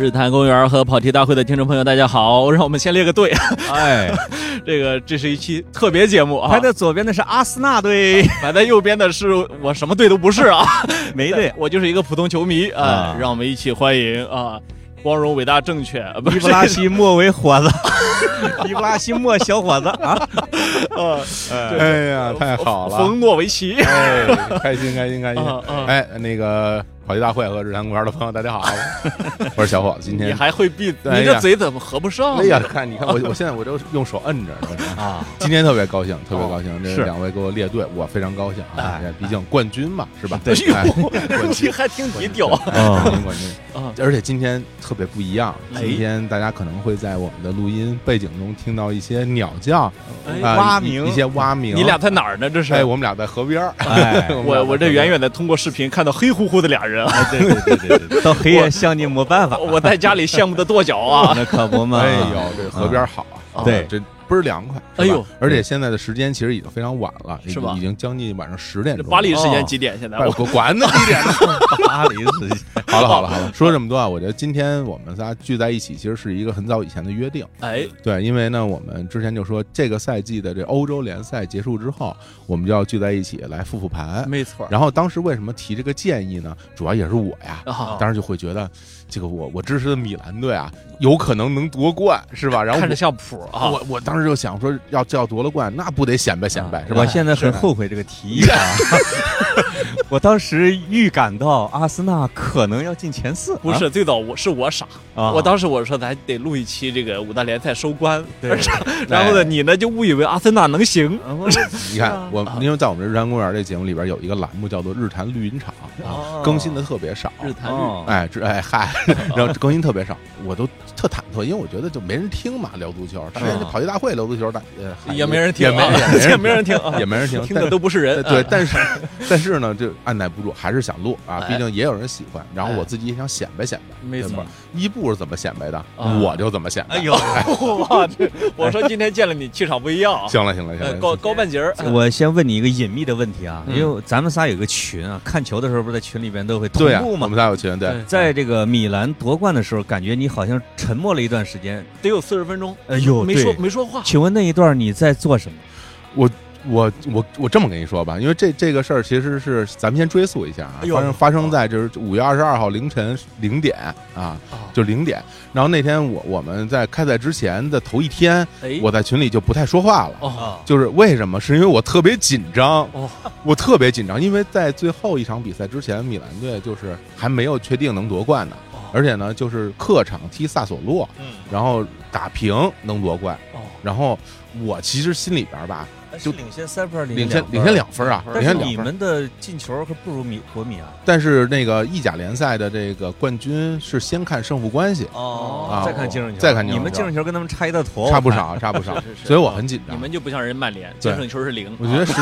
日坛公园和跑题大会的听众朋友，大家好！让我们先列个队。这是一期特别节目啊。 排在左边的是阿森纳队， 排在右边的是我什么队都不是啊， 没队， 我就是一个普通球迷啊。让我们一起欢迎啊，光荣、伟大、正确， 伊布拉希莫为伙子，伊布拉希莫小伙子啊！ 哎呀，太好了， 冯诺维奇， 开心！哎，那个跑题大会和日坛公园的朋友，大家好，我是小伙子。今天你还会闭？你这嘴怎么合不上？ 哎呀，你看我现在我就用手摁着啊。今天特别高兴，这两位给我列队，我非常高兴啊！毕竟冠军嘛，是吧？ 对，冠军还挺低调啊，冠军啊！而且今天特别不一样，今天大家可能会在我们的录音背景中听到一些鸟叫、 蛙鸣， 一些蛙鸣。 你俩在哪儿呢？这是？ 哎，我们俩在河边。 我这远远的通过视频看到黑乎乎的俩人。 对，到黑夜向你没办法。 我在家里羡慕的跺脚啊， 那可不嘛！ 哎呦，这河边好啊， 对， 这倍儿凉快。 哎呦， 而且现在的时间其实已经非常晚了， 是吧？ 已经将近晚上10点钟。 巴黎时间几点？现在我管呢几点呢？ 巴黎时间。 好了，说这么多啊，我觉得今天我们仨聚在一起，其实是一个很早以前的约定。 哎， 对，因为呢，我们之前就说这个赛季的这欧洲联赛结束之后，我们就要聚在一起来复盘。 没错。 然后当时为什么提这个建议呢？主要也是我呀，当时就会觉得这个我支持的米兰队啊，有可能能夺冠，是吧？然后看着像谱啊。 我当时就想说，要夺了冠，那不得显摆，是吧？ 我现在很后悔这个提议啊。我当时预感到阿森纳可能要进前4， 不是最早我傻啊！我当时我说咱得录一期这个5大联赛收官，然后呢，你呢就误以为阿森纳能行。 你看因为在我们日坛公园这节目里边有一个栏目叫做日坛绿茵场啊，更新的特别少。 日坛绿， 然后更新特别少，我都特忐忑，因为我觉得就没人听嘛，聊足球，但是跑题大会聊足球， 也没人听，也没人听，听的都不是人。 对，但是呢，就按耐不住，还是想录啊，毕竟也有人喜欢。然后我自己也想显摆， 没错。 伊布是怎么显摆的，我就怎么显摆。 哎呦，我说今天见了你气场不一样。 行了， 高半截儿。 我先问你一个隐秘的问题啊，因为咱们仨有个群啊，看球的时候不是在群里边都会同步吗？ 我们仨有群，对。 在这个米兰夺冠的时候，感觉你好像沉默了一段时间， 得有40分钟。 哎呦， 没说话。 请问那一段你在做什么？ 我这么跟你说吧，因为这个事儿其实是咱们先追溯一下啊，发生在就是5月22号凌晨0点啊，就0点。然后那天我们在开赛之前的头一天，我在群里就不太说话了。就是为什么？是因为我特别紧张。我特别紧张，因为在最后一场比赛之前，米兰队就是还没有确定能夺冠呢。而且呢，就是客场踢萨索洛，然后打平能夺冠。然后我其实心里边吧， 就领先3分， 领先2分啊！ 但是你们的进球可不如国米啊。 但是那个意甲联赛的这个冠军是先看胜负关系再看净胜球， 再看净胜球。 你们净胜球跟他们差一大坨， 差不少，所以我很紧张。 你们就不像人曼联，净胜球是0。 我觉得是，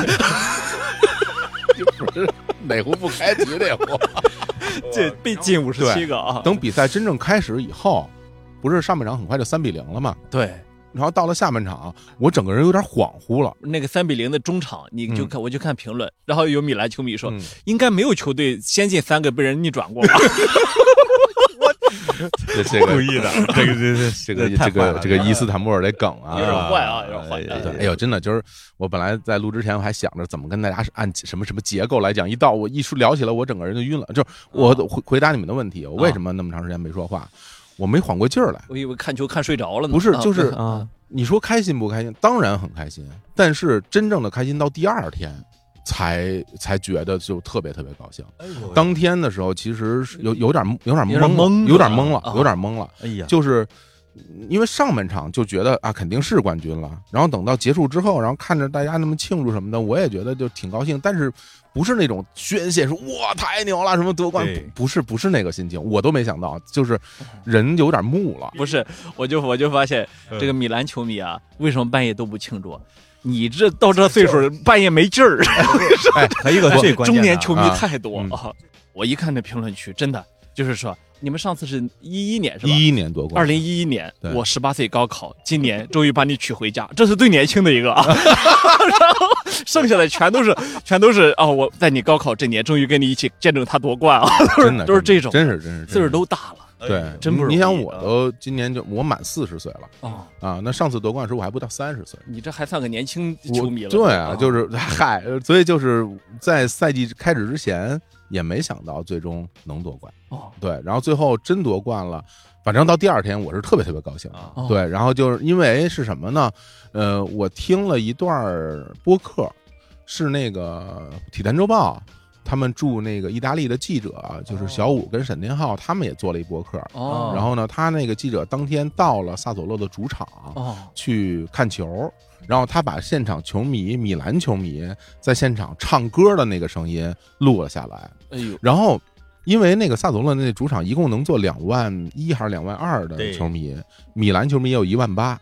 不是哪壶不开提这壶。 这被进57个啊！ 等比赛真正开始以后，不是上半场很快就3-0了吗？ 对。 然后到了下半场，我整个人有点恍惚了。 那个3-0的中场，我就看评论，然后有米兰球迷说，应该没有球队先进3个被人逆转过吧？ 这个故意的， 这个伊斯坦布尔的梗啊， 有点坏啊，有点坏。 哎呦，真的就是我本来在录之前我还想着怎么跟大家按什么结构来讲，我一聊起来，我整个人就晕了。就我回答你们的问题，我为什么那么长时间没说话？我没缓过劲儿来， 我以为看球看睡着了呢。 不是，就是你说开心不开心？当然很开心，但是真正的开心到第2天才觉得就特别高兴。当天的时候其实是有点懵了。 哎呀， 就是因为上半场就觉得啊肯定是冠军了，然后等到结束之后，然后看着大家那么庆祝什么的，我也觉得就挺高兴，但是不是那种宣泄说哇太牛了什么夺冠，不是那个心情，我都没想到，就是人有点木了。 不是，我就发现这个米兰球迷啊，为什么半夜都不庆祝？你这到这岁数半夜没劲儿。 还有一个最关键的， 中年球迷太多啊！我一看那评论区，真的就是说你们上次是11年是吧 11年夺冠 ，2011年我18岁高考，今年终于把你娶回家，这是最年轻的一个啊。然后剩下的全都是啊，我在你高考这年终于跟你一起见证他夺冠啊， 真的都是这种， 真是岁数都大了。 对， 真不容易。 你想，我都今年我满40岁了那上次夺冠时我还不到30岁， 你这还算个年轻球迷了。 对啊，就是嗨，所以就是在赛季开始之前也没想到最终能夺冠对，然后最后真夺冠了。反正到第二天我是特别特别高兴对，然后就是因为是什么呢？我听了一段播客，是那个体坛周报。他们驻那个意大利的记者，就是小武跟沈天浩，他们也做了一播客。然后呢，他那个记者当天到了萨索洛的主场去看球，然后他把现场球迷、米兰球迷在现场唱歌的那个声音录了下来。 哎呦， 然后因为那个萨索洛那主场一共能坐2.1万还是2.2万的球迷，米兰球迷也有1.8万。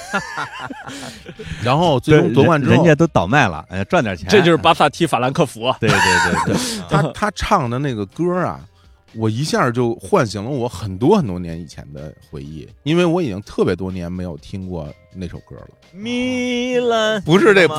然后最终夺冠之后， 人家都倒卖了，赚点钱。 这就是巴萨踢法兰克福啊！ 对， 他唱的那个歌啊，我一下就唤醒了我很多很多年以前的回忆，因为我已经特别多年没有听过那首歌了。 米兰不是这个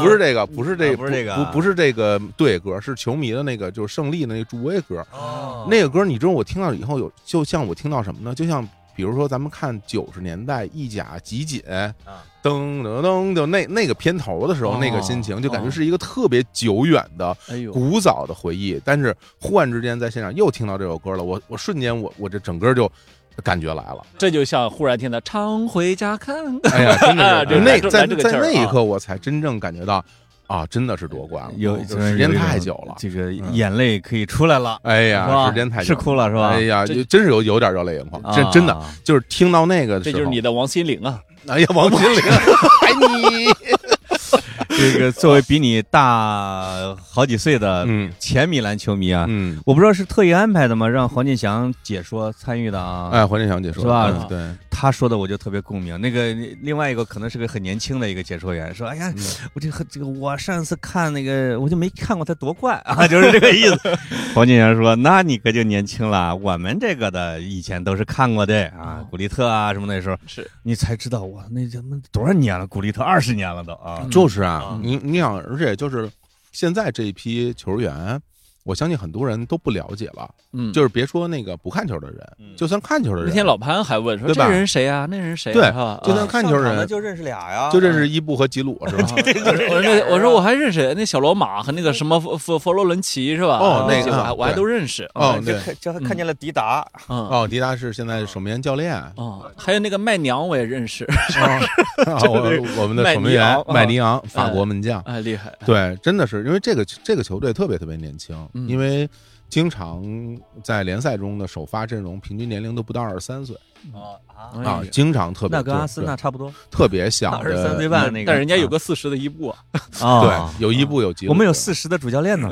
队歌，是球迷的那个，就是胜利的那个助威歌。那个歌你知道我听到以后就像我听到什么呢？就像比如说咱们看90年代意甲集锦噔噔噔就那个片头的时候那个心情，就感觉是一个特别久远的古早的回忆。但是忽然之间在现场又听到这首歌了，我瞬间我这整个就感觉来了。 这就像忽然听到常回家看， 哎呀，真的是在那一刻啊我才真正感觉到真的是夺冠了， 有时间太久了， 这个眼泪可以出来了。 哎呀，时间太久了， 是哭了是吧？ 哎呀，真是有点热泪盈眶，真的就是听到那个的时候， 这就是你的王心凌啊！ 哎呀，王心凌，爱你。 这个作为比你大好几岁的前米兰球迷啊，我不知道是特意安排的吗？让黄健翔解说参与的啊。 哎，黄健翔解说是吧？ 对， 他说的我就特别共鸣。那个另外一个可能是个很年轻的一个解说员，说：“哎呀，我这个我上次看那个我就没看过他夺冠啊，就是这个意思。”黄健翔说：“那你可就年轻了，我们这个的以前都是看过的啊，古利特啊什么那时候是你才知道哇，那怎么多少年了？古利特20年了都啊， 就是啊。”你想，而且就是现在这一批球员，我相信很多人都不了解了。就是别说那个不看球的人，就算看球的人， 那天老潘还问说：“这人谁啊？那人谁？” 对，就算看球的人就认识俩呀， 就认识伊布和吉鲁是吧？ 我说我还认识那小罗马和那个什么佛罗伦齐是吧？ 那个我还都认识。 就还看见了迪达。 迪达是现在守门员教练。 还有那个麦娘我也认识。 我们的守门员麦尼昂，法国门将， 厉害。 对，真的是因为这个球队特别特别年轻，因为经常在联赛中的首发阵容平均年龄都不到23岁经常特别， 那跟阿森纳差不多， 特别小的 23岁半那个， 但人家有个40的伊布对，有伊布有吉鲁， 我们有40的主教练呢。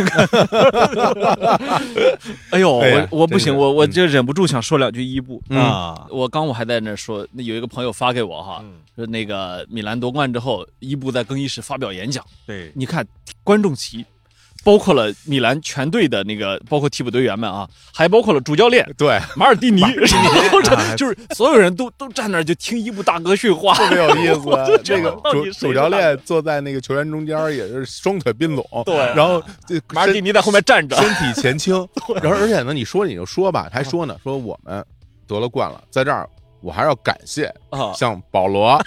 哎呦，我不行，我就忍不住想说两句伊布我还在那说，有一个朋友发给我说那个米兰夺冠之后，伊布在更衣室发表演讲， 对， 你看观众席。包括了米兰全队的那个，包括替补队员们还包括了主教练， 对， 马尔蒂尼，就是所有人都站那儿就听伊布大哥训话， 特别有意思。这个主教练坐在那个球员中间，也是双腿并拢， 对， 然后马尔蒂尼在后面站着， 身体前倾，然后而且呢，你说就说吧，还说呢，说我们得了冠了，在这儿。我还要感谢像保罗，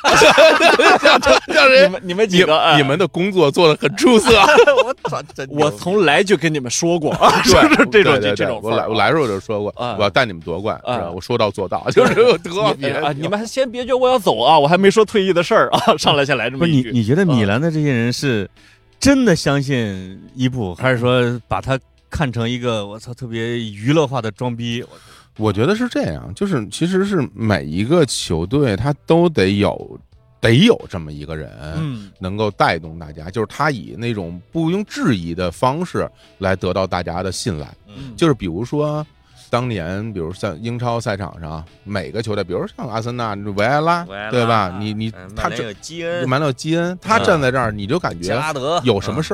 你们几个， 你们的工作做得很出色。 我从来就跟你们说过， 对， 这种， 我来时候就说过，我要带你们夺冠，我说到做到，就是特别。 你们先别觉得我要走我还没说退役的事儿上来这么一句。 你觉得米兰的这些人是真的相信伊布，还是说把他看成一个特别娱乐化的装逼？ 我觉得是这样，就是其实是每一个球队他都得有这么一个人，能够带动大家，就是他以那种不用质疑的方式来得到大家的信赖。就是比如说当年，比如像英超赛场上每个球队，比如像阿森纳维埃拉，对吧？他有基恩， 曼纽基恩，他站在这儿，你就感觉有什么事儿，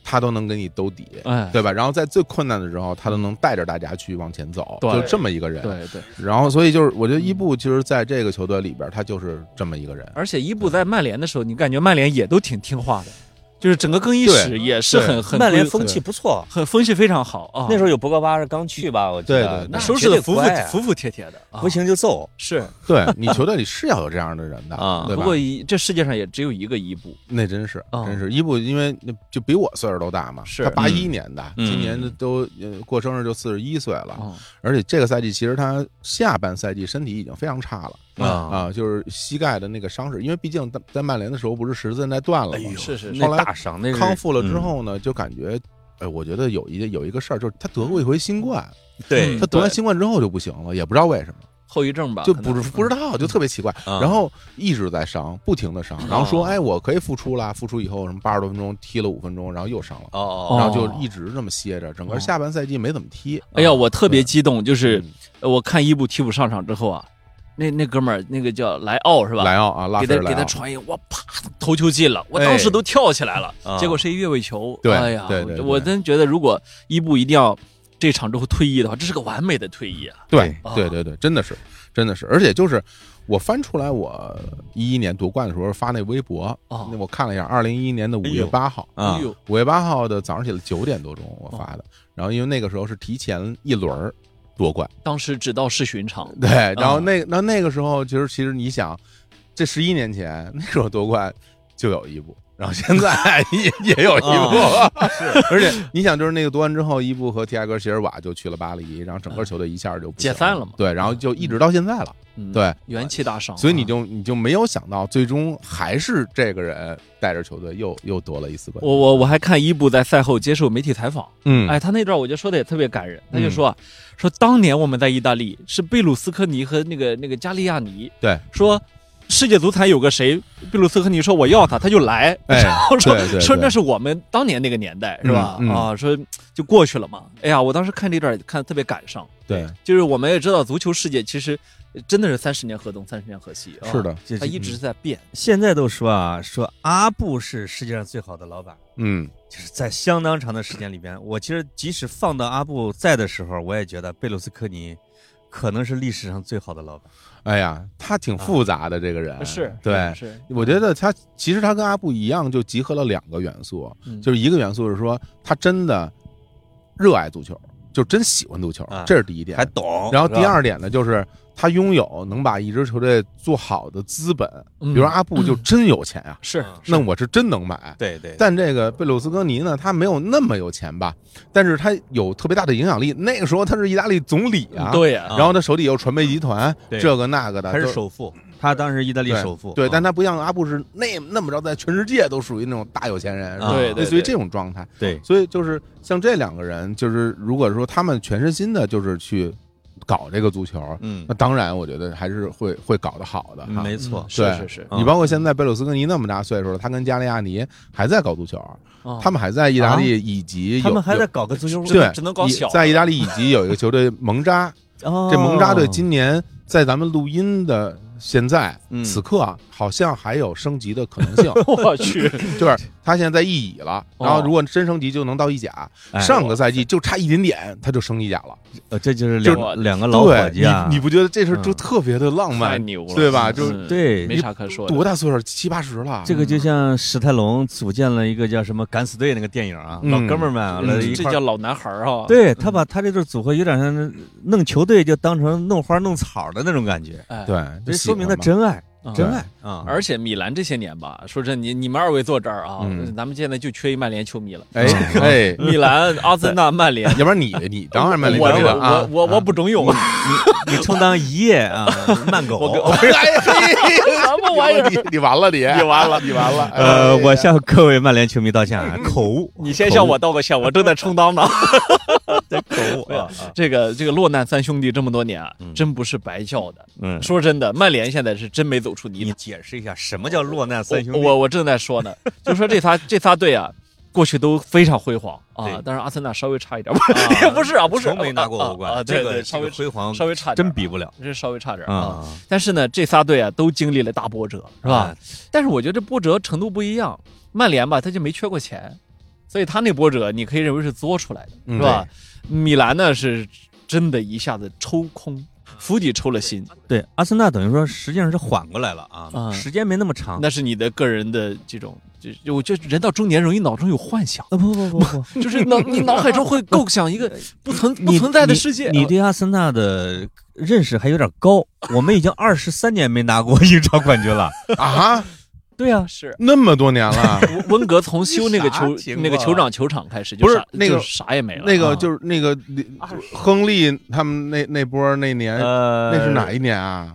他都能给你兜底， 哎， 对吧？然后在最困难的时候，他都能带着大家去往前走，就这么一个人。 对对。 然后，所以就是我觉得伊布其实在这个球队里边，他就是这么一个人。 而且伊布在曼联的时候，你感觉曼联也都挺听话的。就是整个更衣室也是很曼联风气不错， 很风气非常好啊。 那时候有博格巴是刚去吧，我记得对， 那收拾的服服帖帖的， 不行就揍。 是， 对你球队里是要有这样的人的啊。 不过这世界上也只有一个伊布， 那真是伊布，因为就比我岁数都大嘛， 是他81年的，今年都过生日就41岁了，而且这个赛季其实他下半赛季身体已经非常差了。就是膝盖的那个伤势，因为毕竟在曼联的时候不是十字韧带断了吗？ 是， 后来大伤，那康复了之后呢，就感觉，我觉得有一个事儿，就是他得过一回新冠， 对， 他得完新冠之后就不行了，也不知道为什么， 后遗症吧， 就不知道，就特别奇怪，然后一直在伤，不停的伤，然后说，哎，我可以复出了，复出以后什么80多分钟踢了5分钟，然后又伤了，然后就一直这么歇着，整个下半赛季没怎么踢。 哎呀，我特别激动，就是我看伊布替补上场之后啊。那哥们儿，那个叫莱奥是吧？ 莱奥啊， 给他传一，我啪头球进了，我当时都跳起来了。结果是一越位球。 对， 哎呀， 对， 我真觉得如果伊布一定要这场之后退役的话，这是个完美的退役啊！ 对，真的是，而且就是我翻出来，我11年夺冠的时候发那微博，那我看了一下，2011年的5月8号，5月8号的早上起来9点多钟我发的，然后因为那个时候是提前一轮夺冠， 当时只道是寻常。 对，然后那个时候其实你想，这11年前那时候夺冠就有伊布，然后现在也有伊布，而且你想，就是那个夺完之后，伊布和提亚戈·席尔瓦就去了巴黎，然后整个球队一下就解散了嘛， 对，然后就一直到现在了，对， 元气大伤， 所以你就没有想到，最终还是这个人带着球队又夺了一次冠军。 我还看伊布在赛后接受媒体采访，哎，他那段我觉得说的也特别感人，他就说当年我们在意大利是贝鲁斯科尼和那个加利亚尼， 对， 说。世界足坛有个谁，贝鲁斯科尼说我要他就来，然后说那是我们当年那个年代是吧？说就过去了嘛。哎呀，我当时看这段看得特别感伤。 对， 就是我们也知道足球世界其实真的是30年河东30年河西， 是的， 它一直是在变。 现在都说阿布是世界上最好的老板，就是在相当长的时间里边，我其实即使放到阿布在的时候，我也觉得贝鲁斯科尼可能是历史上最好的老板。 哎呀，他挺复杂的这个人， 是对，我觉得其实他跟阿布一样，就集合了2个元素，就是一个元素是说他真的热爱足球，就真喜欢足球，这是第一点， 还懂。 然后第二点呢，就是他拥有能把一支球队做好的资本，比如说阿布就真有钱啊， 是， 那我是真能买， 对。 但这个贝鲁斯科尼呢，他没有那么有钱吧，但是他有特别大的影响力。那个时候他是意大利总理啊， 对呀， 然后他手底有传媒集团，这个那个的， 还是首富。他当时意大利首富， 对，但他不像阿布是那么着，在全世界都属于那种大有钱人， 对， 类似于这种状态， 对。 所以就是像这2个人，就是如果说他们全身心的，就是去搞这个足球，那当然我觉得还是会搞得好的， 没错， 是。你包括现在贝鲁斯科尼那么大岁数了，他跟加利亚尼还在搞足球，他们还在意大利乙级， 他们还在搞个足球， 对， 只能搞小。 在意大利乙级有一个球队蒙扎，这蒙扎队今年在咱们录音的现在此刻好像还有升级的可能性。 我去， 就是他现在在意乙了，然后如果真升级就能到意甲，上个赛季就差一点点他就升意甲了。 这就是两个老伙计啊！ 你不觉得这事就特别的浪漫， 太牛了， 对吧？就对， 没啥可说的。 多大岁数？70、80了。 这个就像史泰龙组建了一个叫什么敢死队那个电影啊，老哥们们这叫老男孩啊。 对，他把他这对组合有点像弄球队就当成弄花弄草的那种感觉。 对， 这说明他真爱。真爱啊！而且米兰这些年吧，说真，你们2位坐这儿啊，咱们现在就缺一曼联球迷了。 哎， 米兰、阿森纳、曼联， 要不然你当然曼联球迷了。 我不中用， 你充当一夜啊慢狗。 什么玩意儿？ 你完了，你完了。 我向各位曼联球迷道歉啊，口误。 你先向我道个歉，我正在充当呢。 口误啊！ 这个洛难3兄弟这么多年啊，真不是白叫的。说真的，曼联现在是真没走出泥。 你解释一下什么叫落难3兄弟？ 我正在说呢，就说这仨队啊，过去都非常辉煌啊，但是阿森纳稍微差一点，也不是啊，不是没拿过欧冠， 这个稍微辉煌稍微差， 真比不了， 这稍微差点啊。但是呢，这仨队啊都经历了大波折，是吧？但是我觉得这波折程度不一样，曼联吧他就没缺过钱。 所以他那波折你可以认为是作出来的，是吧？米兰呢是真的一下子抽空，釜底抽了薪。 对，阿森纳等于说实际上是缓过来了啊，时间没那么长。 那是你的个人的这种，就我觉得人到中年容易脑中有幻想。 不， 就是你脑海中会构想一个不存在的世界。 你对阿森纳的认识还有点高，我们已经23年没拿过英超冠军了啊。 对啊， 是那么多年了。 温格从修那个球场开始， 不是那个啥也没了。 那个就是那个亨利他们那波那年，那是哪一年啊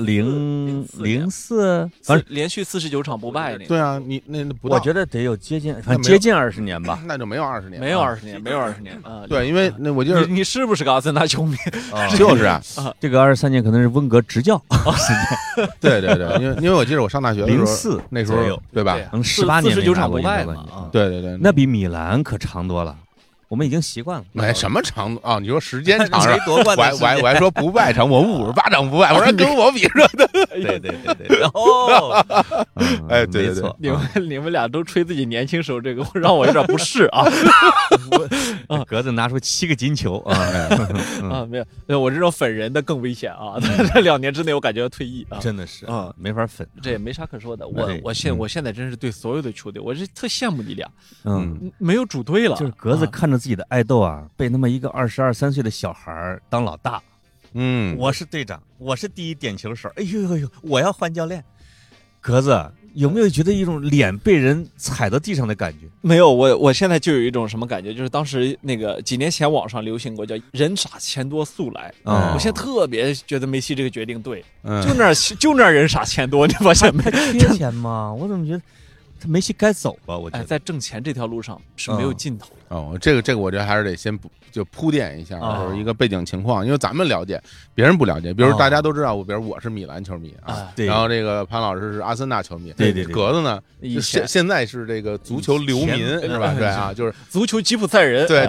？04， 反正连续49场不败那个。 对啊，你那不到， 我觉得得有接近20年吧。 那就没有20年， 没有20年啊。 对，因为那我记得你是不是个阿森纳球迷？ 就是啊， 这个23年可能是温格执教时间。对，因为我记得我上大学的时候 04。 那时候对吧 ？18年 49场不败嘛。 对， 那比米兰可长多了。我们已经习惯了。 没什么长啊，你说时间长是夺冠的时间， 我还说不败长，我们58场不败，我说跟我比说的。 对。哦， 哎，对， 没错。 你们俩都吹自己年轻时候这个，让我有点不适啊。 格子拿出7个金球啊！ 没有，我这种粉人的更危险啊！这2年之内我感觉要退役啊！ 真的是啊，没法粉， 这也没啥可说的。我现在真是对所有的球队，我是特羡慕你俩，没有主队了， 就是格子看着自己的爱豆啊，被那么一个22、23岁的小孩当老大。我是队长，我是第一点球手。哎呦，我要换教练。格子有没有觉得一种脸被人踩到地上的感觉？ 没有，我现在就有一种什么感觉，就是当时那个几年前网上流行过叫“人傻钱多速来”。我现在特别觉得梅西这个决定对，就那人傻钱多，你发现没？ 缺钱吗？我怎么觉得梅西该走吧？我觉得在挣钱这条路上是没有尽头的。 这个我觉得还是得先就铺垫一下，就是一个背景情况，因为咱们了解，别人不了解。比如大家都知道，比如我是米兰球迷啊，然后这个潘老师是阿森纳球迷， 对， 格子呢现在是这这个足球流民是吧？对啊，就是足球吉普赛人。 对，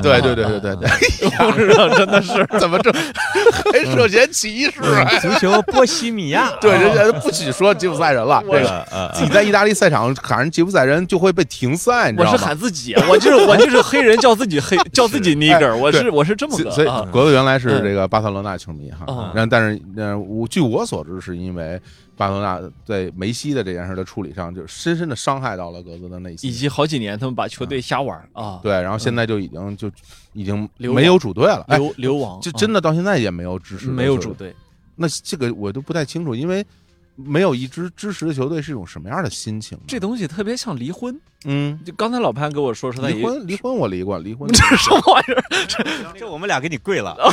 真的是怎么这还涉嫌歧视？ 足球波西米亚， 对，人家不许说吉普赛人了，这个自己在意大利赛场喊人吉普赛人就会被停赛，你知道吗？ 我是喊自己，我就是黑人叫自己尼格尔，我是这么个。 所以格子原来是这个巴塞罗那球迷哈，但是据我所知，是因为巴塞罗那在梅西的这件事的处理上，就深深的伤害到了格子的内心， 以及好几年他们把球队瞎玩啊。 对，然后现在就已经没有主队了， 流亡， 就真的到现在也没有支持， 没有主队。 那这个我都不太清楚，因为没有一支支持的球队是一种什么样的心情？ 这东西特别像离婚。就刚才老潘跟我说他离婚我离过，离婚这是什么玩意儿？ 这我们俩给你跪了。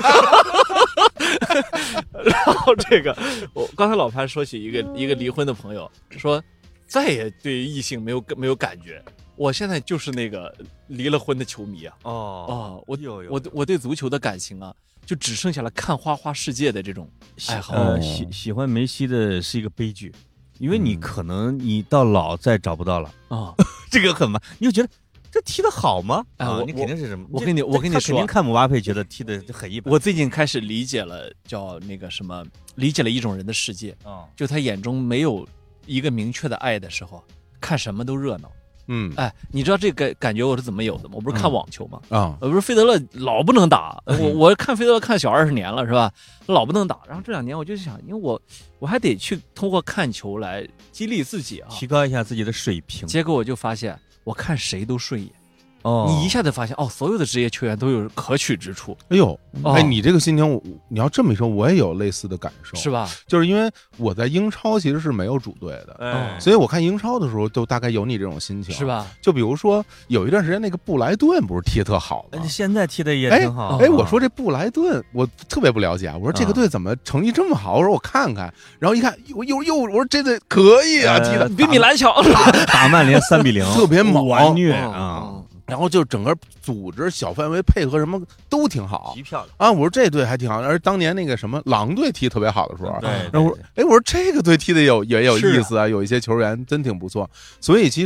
然后我刚才老潘说起一个离婚的朋友，说再也对异性没有感觉。我现在就是那个离了婚的球迷啊！我对足球的感情啊，就只剩下了看花花世界的这种爱好。 喜欢梅西的是一个悲剧，因为你可能你到老再找不到了啊，这个很麻。你就觉得这踢得好吗？你肯定是什么？ 我跟你说， 肯定看姆巴佩觉得踢得很一般。 我最近开始理解了，叫那个什么，理解了一种人的世界就他眼中没有一个明确的爱的时候，看什么都热闹。你知道这个感觉我是怎么有的吗？我不是看网球吗？不是费德勒老不能打，我看费德勒看小20年了是吧？老不能打，然后这2年我就想，因为我还得去通过看球来激励自己啊， 提高一下自己的水平。 结果我就发现，我看谁都顺眼。你一下子发现所有的职业球员都有可取之处。 你这个心情，你要这么一说，我也有类似的感受， 是吧？ 就是因为我在英超其实是没有主队的，所以我看英超的时候都大概有你这种心情， 是吧？ 就比如说有一段时间那个布莱顿不是踢得特好吗？ 现在踢的也挺好。 我说这布莱顿我特别不了解，我说这个队怎么成绩这么好？我说我看看，然后一看，我说这队可以啊，踢的比米兰强， 打曼联3-0， 特别猛， 完虐啊！ 然后就整个组织小范围配合什么都挺好， 极漂亮啊！我说这队还挺好，而当年那个什么狼队踢特别好的时候，然后我说这个队踢的也有意思啊，有一些球员真挺不错。所以其实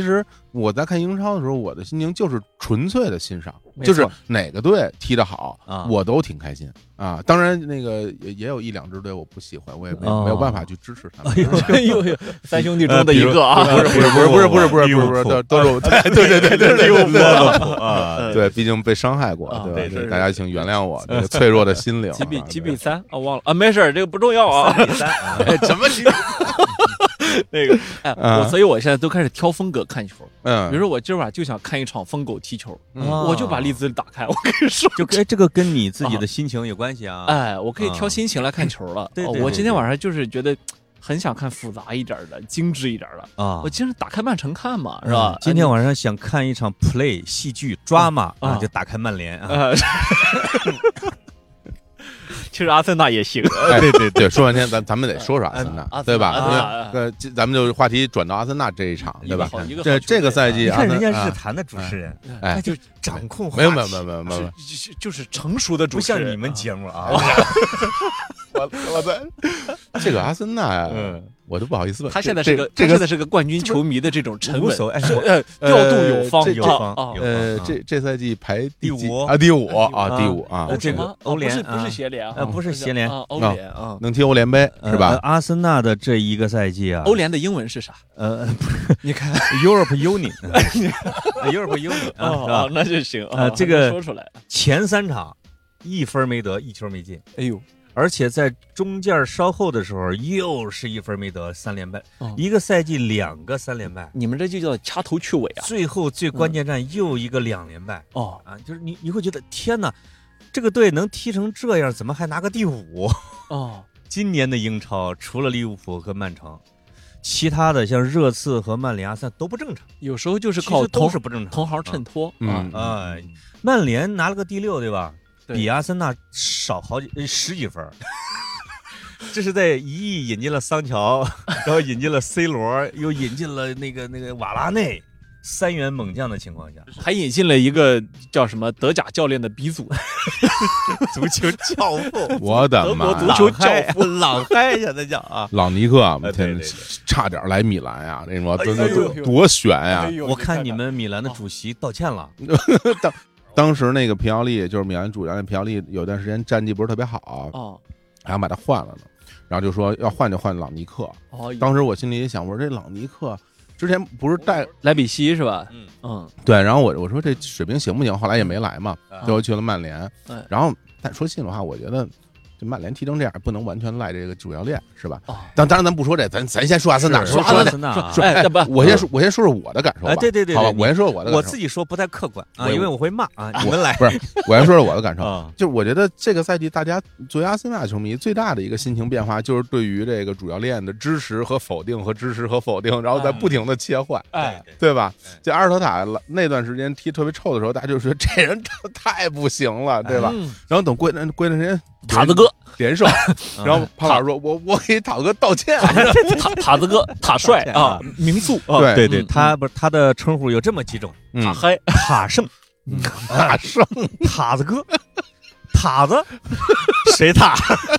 我在看英超的时候，我的心情就是纯粹的欣赏，就是哪个队踢得好，我都挺开心啊。当然，那个也有1-2支队我不喜欢，我也没有办法去支持他们。 哎呦，三兄弟中的一个啊， 不是，都是对，利物浦啊，对，毕竟被伤害过，对吧？大家请原谅我这个脆弱的心灵。 几比3啊？忘了啊，没事，这个不重要啊。 3比3， 什么？ 那个，所以我现在都开始挑风格看球。比如说我今晚就想看一场疯狗踢球，我就把利兹打开。我跟你说， 就这个跟你自己的心情有关系啊。 哎，我可以挑心情来看球了。 对， 我今天晚上就是觉得很想看复杂一点的、精致一点的啊。我今天打开曼城看嘛，是吧？ 今天晚上想看一场 play 戏剧 drama 啊，就打开曼联啊。 其实阿森纳也行， 对，说半天咱们得说阿森纳，对吧？咱们就话题转到阿森纳这一场，对吧？这个赛季， 你看人家日坛的主持人， 哎， 就掌控话题，没有， 就是成熟的主持人， 不像你们节目啊。 我在这个阿森纳，我都不好意思问。 他现在是个冠军球迷的这种沉稳，调度有方。 这赛季排第5 啊，第5啊， 这个欧联不是协联啊， 不是协联， 欧联啊， 能踢欧联杯是吧？ 阿森纳的这一个赛季啊， 欧联的英文是啥？你看 Europe Union，Europe Union 啊， 那就行这个说出来， 前3场1分没得，1球没进， 哎呦。 而且在中间稍后的时候，又是1分没得，3连败，一个赛季2个3连败， 你们这就叫掐头去尾啊！ 最后最关键战又一个2连败就是你会觉得天哪，这个队能踢成这样，怎么还拿个第5？今年的英超除了利物浦和曼城，其他的像热刺和曼联、阿森纳都不正常， 有时候就是靠都是不正常， 同行衬托曼联拿了个第6，对吧？比阿森纳少10几分，这是在1亿引进了桑乔，然后引进了 C 罗，又引进了那个瓦拉内，3员猛将的情况下， 还引进了一个叫什么德甲教练的鼻祖， 足球教父， 我的妈， 足球教父朗嗨现在叫啊， 朗尼克啊，差点来米兰呀，那什么多悬呀！ 我看你们米兰的主席道歉了。 当时那个皮奥利就是米兰主教练皮奥利，有段时间战绩不是特别好还想把他换了呢，然后就说要换就换朗尼克。当时我心里也想，我说这朗尼克之前不是带莱比锡是吧？ 对。然后我说这水平行不行？后来也没来嘛，最后去了曼联。然后但说心里话，我觉得这曼联踢成这样，不能完全赖这个主教练，是吧？当然咱不说这，咱先说阿森纳，说阿森纳。我先说我的感受吧。 对， 好吧，我先说我的感受。 我自己说不太客观啊，因为我会骂啊。你们来， 不是，我先说说我的感受。就是我觉得这个赛季，大家作为阿森纳球迷最大的一个心情变化，就是对于这个主教练的支持和否定和支持和否定，然后在不停的切换，对吧？这阿尔特塔那段时间踢特别臭的时候，大家就说这人太不行了，对吧？然后等过段时间， 塔子哥连胜，然后胖老师说：“我给塔哥道歉。” 塔子哥，塔帅啊，名宿。 对，他不是他的称呼有这么几种： 塔嗨、 塔胜、 塔胜、 塔子哥、塔子，谁塔？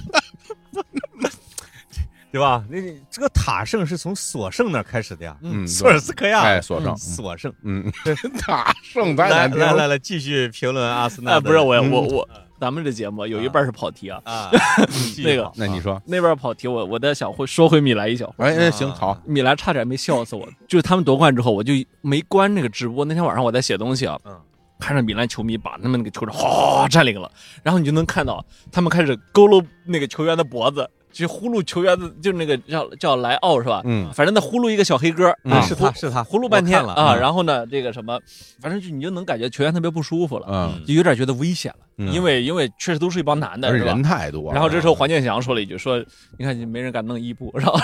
对吧？那这个塔胜是从索胜那开始的呀，索尔斯克亚， 索胜，塔胜， 来，继续评论阿森纳。 不是我。咱们这节目有一半是跑题啊， 那你说那边跑题，我再想说回米兰一小会儿。 行好， 米兰差点没笑死我，就是他们夺冠之后，我就没关那个直播。那天晚上我在写东西啊，看着米兰球迷把他们那个球场占领了，然后你就能看到他们开始佝偻那个球员的脖子。就呼噜球员的，就是那个叫莱奥是吧？反正那呼噜一个小黑哥是他呼噜半天啊。然后呢，这个什么，反正就你就能感觉球员特别不舒服了，就有点觉得危险了，因为确实都是一帮男的， 而且人太多。 然后这时候黄健翔说了一句，说你看没人敢弄伊布，然后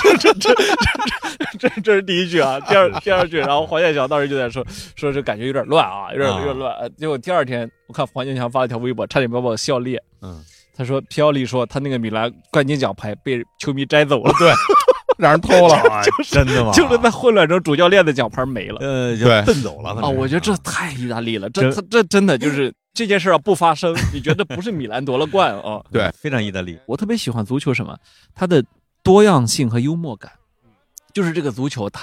这是第一句啊，第二句，然后黄健翔当时就在说这感觉有点乱啊，有点乱。结果第二天我看黄健翔发了一条微博，差点把我笑裂。他说皮奥利说他那个米兰冠军奖牌被球迷摘走了， 对，让人偷了， 真的吗？ 就是在混乱中主教练的奖牌没了， 就奔走了啊！我觉得这太意大利了，这真的就是这件事啊不发生，你觉得不是米兰夺了冠啊？ 对， 非常意大利。 我特别喜欢足球什么，它的多样性和幽默感，就是这个足球太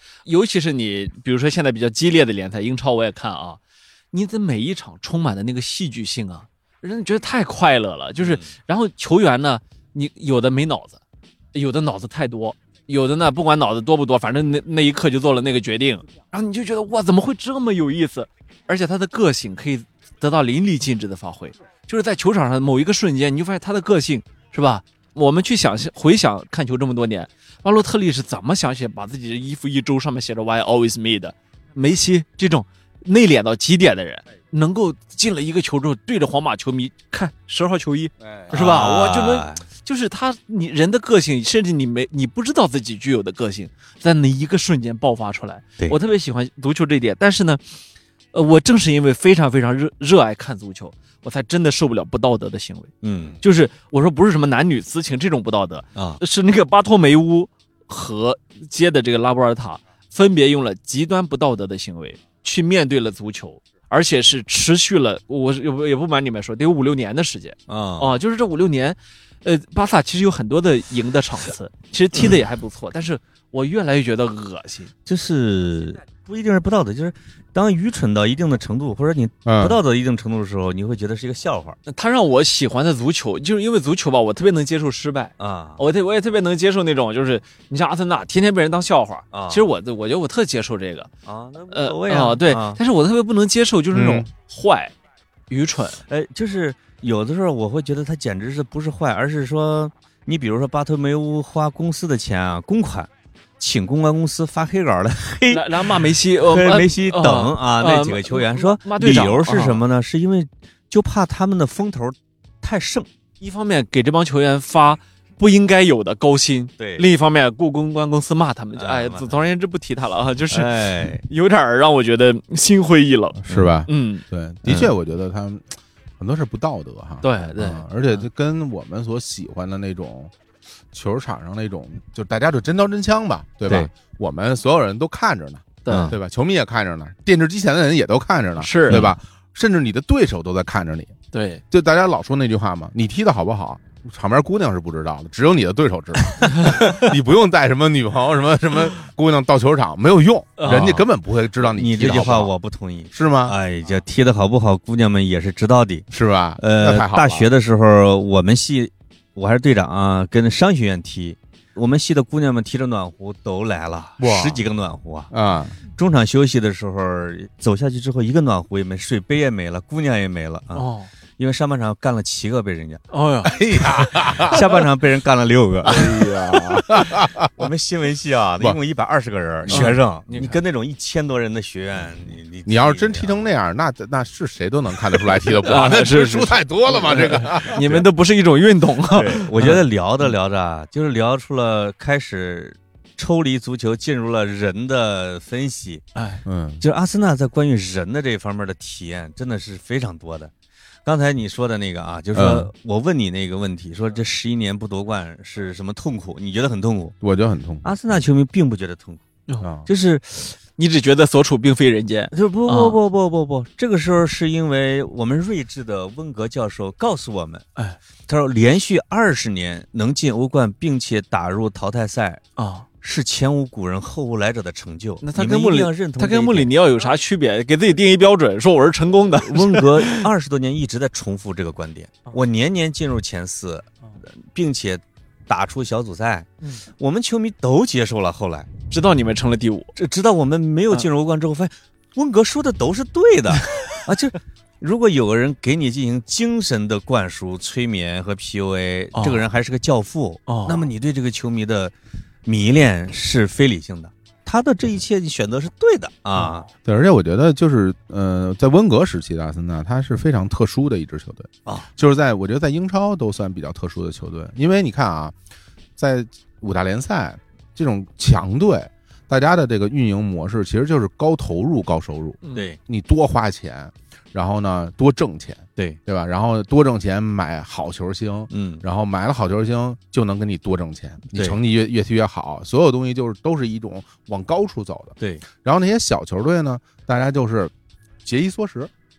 尤其是你比如说现在比较激烈的联赛，英超我也看啊，你的每一场充满的那个戏剧性啊，让人觉得太快乐了。就是然后球员呢，你有的没脑子，有的脑子太多，有的呢不管脑子多不多，反正那一刻就做了那个决定，然后你就觉得哇，怎么会这么有意思？而且他的个性可以得到淋漓尽致的发挥，就是在球场上某一个瞬间，你就发现他的个性是吧？我们去回想看球这么多年，巴洛特利是怎么想写把自己的衣服一周上面写着 Why Always Me 的？梅西这种内敛到极点的人，能够进了一个球之后，对着皇马球迷看10号球衣，是吧？我就能。就是你人的个性，甚至你不知道自己具有的个性，在那一个瞬间爆发出来。我特别喜欢足球这一点，但是呢，我正是因为非常非常热爱看足球，我才真的受不了不道德的行为。就是我说不是什么男女私情这种不道德啊，是那个巴托梅乌和接的这个拉波尔塔分别用了极端不道德的行为去面对了足球。而且是持续了，我也不瞒你们说，得有5-6年的时间就是这5-6年，巴萨其实有很多的赢的场次，其实踢的也还不错，但是我越来越觉得恶心， 就是不一定是不道德，就是当愚蠢到一定的程度，或者你不道德一定程度的时候，你会觉得是一个笑话。 他让我喜欢的足球，就是因为足球吧，我特别能接受失败啊，我也特别能接受那种，就是你像阿森纳天天被人当笑话啊。其实我觉得我特接受这个啊，那对，但是我特别不能接受就是那种坏、愚蠢。 就是有的时候我会觉得他简直是不是坏，而是说你比如说巴托梅乌花公司的钱啊，公款。请公关公司发黑稿的然后骂梅西， 梅西等那几个球员说，理由是什么呢？是因为就怕他们的风头太盛， 一方面给这帮球员发不应该有的高薪， 对； 另一方面雇公关公司骂他们，总而言之不提他了啊，就是有点让我觉得心灰意冷， 是吧？ 对， 的确，我觉得他们很多是不道德哈， 对， 而且跟我们所喜欢的那种。球场上那种，就大家就真刀真枪吧，对吧？我们所有人都看着呢，对吧？球迷也看着呢，电视机前的人也都看着呢， 是对吧？甚至你的对手都在看着你， 对， 就大家老说那句话嘛，你踢的好不好，场边姑娘是不知道的，只有你的对手知道。你不用带什么女朋友什么姑娘到球场，没有用，人家根本不会知道你这句话我不同意， 是吗？ 这踢的好不好，姑娘们也是知道的， 是吧？那太好了。 大学的时候，我们系。我还是队长啊，跟商学院踢，我们系的姑娘们提着暖壶都来了，10几个暖壶啊！中场休息的时候走下去之后，一个暖壶也没，水杯也没了，姑娘也没了啊！因为上半场干了7个被人家，下半场被人干了6个，我们新闻系啊，一共120个人学生，你跟那种1000多人的学院， 你要是真踢成那样，那是谁都能看得出来踢得不好，那是输太多了嘛？这个你们都不是一种运动啊！ 我觉得聊着聊着，就是聊出了开始。抽离足球进入了人的分析，就是阿森纳在关于人的这方面的体验真的是非常多的。刚才你说的那个啊，就是说我问你那个问题，说这11年不夺冠是什么痛苦？你觉得很痛苦？ 我觉得很痛苦。 阿森纳球迷并不觉得痛苦就是你只觉得所处并非人间。 就不，这个时候是因为我们睿智的温格教授告诉我们，他说连续20年能进欧冠并且打入淘汰赛是前无古人后无来者的成就。 那他跟穆里尼奥有啥区别？给自己定一标准，说我是成功的。 温格20多年一直在重复这个观点。我年年进入前4，并且打出小组赛，我们球迷都接受了。后来直到你们成了第5， 直到我们没有进入欧冠之后，发现温格说的都是对的就如果有个人给你进行精神的灌输、催眠和 PUA，这个人还是个教父，那么你对这个球迷的迷恋是非理性的，他的这一切选择是对的对，而且我觉得就是在温格时期的阿森纳，他是非常特殊的一支球队就是我觉得在英超都算比较特殊的球队，因为你看啊，在5大联赛这种强队，大家的这个运营模式其实就是高投入高收入， 对， 你多花钱。然后呢，多挣钱， 对吧？然后多挣钱买好球星，然后买了好球星就能给你多挣钱，你成绩越踢越好，所有东西都是一种往高处走的。 对。 然后那些小球队呢，大家就是节衣缩食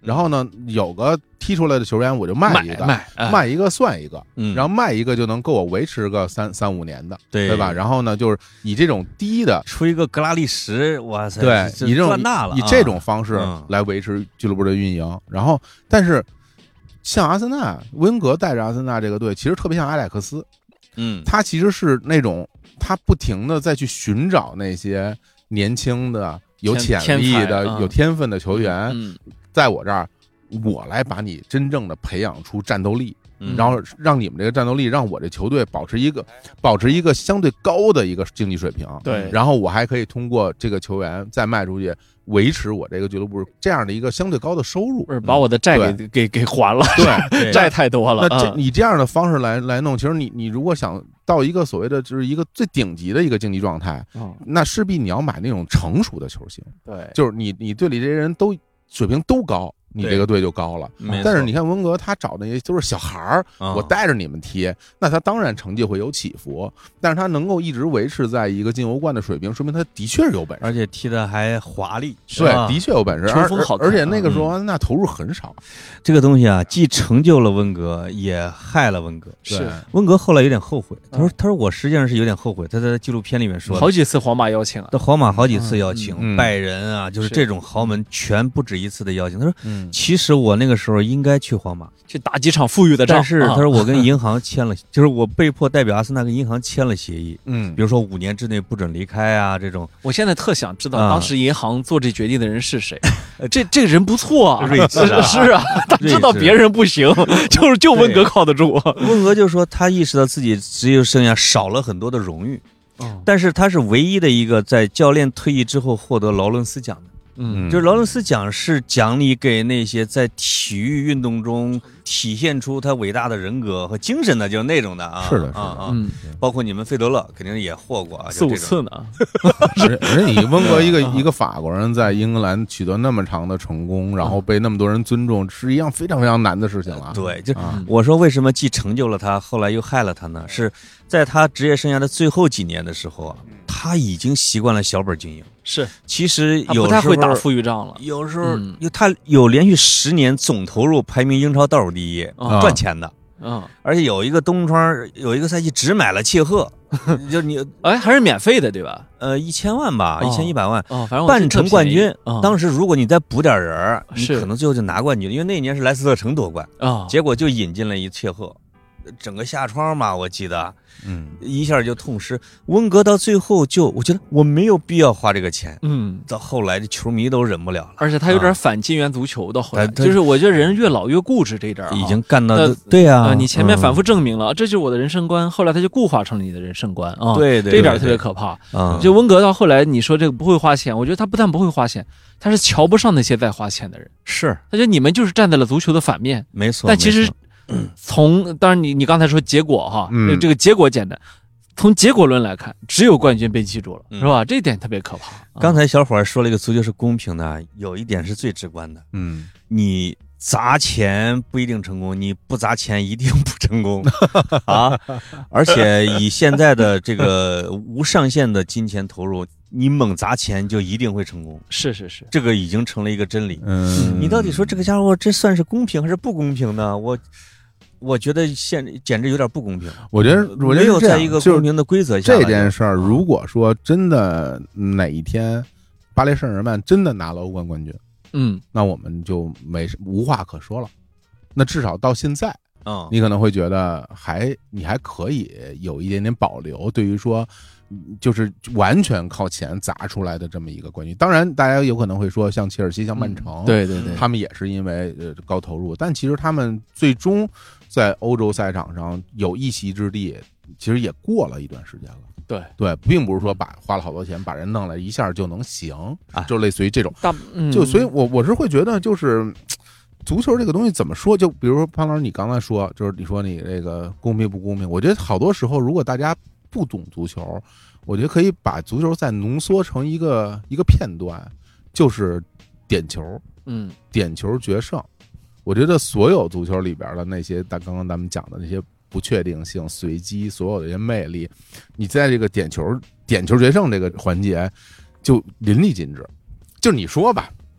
然后呢，有个踢出来的球员我就卖一个，卖一个算一个，然后卖一个就能够我维持个3-5年的，对吧？然后呢，就是以这种低的出一个格拉利什，哇塞， 对，以这种方式来维持俱乐部的运营。然后，但是像阿森纳，温格带着阿森纳这个队，其实特别像阿贾克斯，他其实是那种他不停的再去寻找那些年轻的、有潜力的、有天分的球员，在我这儿，我来把你真正的培养出战斗力，然后让你们这个战斗力，让我这球队保持一个相对高的一个竞技水平。 对， 然后我还可以通过这个球员再卖出去，维持我这个俱乐部这样的一个相对高的收入， 把我的债给还了。 对， 债太多了。 那你这样的方式来弄，其实你如果想到一个所谓的就是一个最顶级的一个竞技状态，那势必你要买那种成熟的球星。 对， 就是你队里这些人都水平都高，你这个队就高了。但是你看温格他找那些都是小孩儿，我带着你们踢，那他当然成绩会有起伏，但是他能够一直维持在一个进欧冠的水平，说明他的确是有本事， 而且踢的还华丽。 对，的确有本事，而且那个时候那投入很少。 这个东西啊，既成就了温格，也害了温格。 是温格后来有点后悔，他说我实际上是有点后悔。他在纪录片里面说， 好几次皇马邀请啊， 皇马好几次邀请，拜仁啊，就是这种豪门全不止一次的邀请。他说，其实我那个时候应该去皇马去打几场富裕的仗， 但是他说我跟银行签了，就是我被迫代表阿森纳跟银行签了协议，比如说5年之内不准离开啊这种。 我现在特想知道当时银行做这决定的人是谁，这个人不错啊， 睿智啊， 是啊，他知道别人不行，就温格靠得住。 温格就说他意识到自己职业生涯少了很多的荣誉，但是他是唯一的一个在教练退役之后获得劳伦斯奖的。就是劳伦斯奖是奖励给那些在体育运动中体现出他伟大的人格和精神的，就是那种的啊。 是的， 包括你们费德勒肯定也获过 4-5次呢。 人你温格一个法国人在英格兰取得那么长的成功，然后被那么多人尊重，是一样非常非常难的事情了。 对，就我说为什么既成就了他，后来又害了他呢？是在他职业生涯的最后几年的时候啊，他已经习惯了小本经营。 是， 其实有时候不太会打富裕仗了。 有时候他有连续10年总投入排名英超倒数第一，赚钱的。而且有一个东窗，有一个赛季只买了切赫，就你还是免费的对吧 ？1000万吧，1100万， 反正半程冠军。当时如果你再补点人，你可能最后就拿冠军，因为那一年是莱斯特城夺冠结果就引进了一切赫。整个下窗嘛，我记得，一下就痛失。温格到最后我觉得我没有必要花这个钱，到后来这球迷都忍不了了， 而且他有点反金元足球的，后来就是我觉得人越老越固执这一点， 已经干到对呀， 你前面反复证明了这就是我的人生观，后来他就固化成了你的人生观啊， 对， 这一点特别可怕。就温格到后来你说这个不会花钱，我觉得他不但不会花钱，他是瞧不上那些在花钱的人， 是他觉得你们就是站在了足球的反面， 没错， 但其实。当然你刚才说结果哈，这个结果简单，从结果论来看，只有冠军被记住了，是吧？这一点特别可怕。 刚才小伙说了一个足球是公平的，有一点是最直观的，你砸钱不一定成功，你不砸钱一定不成功啊！而且以现在的这个无上限的金钱投入，你猛砸钱就一定会成功。 是， 这个已经成了一个真理。你到底说这个家伙这算是公平还是不公平呢？我觉得简直有点不公平。 我觉得没有在一个公平的规则下。 这件事儿，如果说真的哪一天巴黎圣日耳曼真的拿了欧冠冠军，那我们就无话可说了。那至少到现在，你可能会觉得你还可以有一点点保留，对于说就是完全靠钱砸出来的这么一个冠军。当然大家有可能会说像切尔西像曼城， 对， 他们也是因为高投入，但其实他们最终在欧洲赛场上有一席之地，其实也过了一段时间了。对，并不是说花了好多钱把人弄来一下就能行就类似于这种所以我是会觉得就是足球这个东西怎么说，就比如说潘老师你刚才说，就是你说你这个公平不公平，我觉得好多时候如果大家不懂足球，我觉得可以把足球再浓缩成一个片段，就是点球，点球决胜。我觉得所有足球里边的那些刚刚咱们讲的那些不确定性、随机，所有的一些魅力，你在这个点球决胜这个环节就淋漓尽致。就你说吧，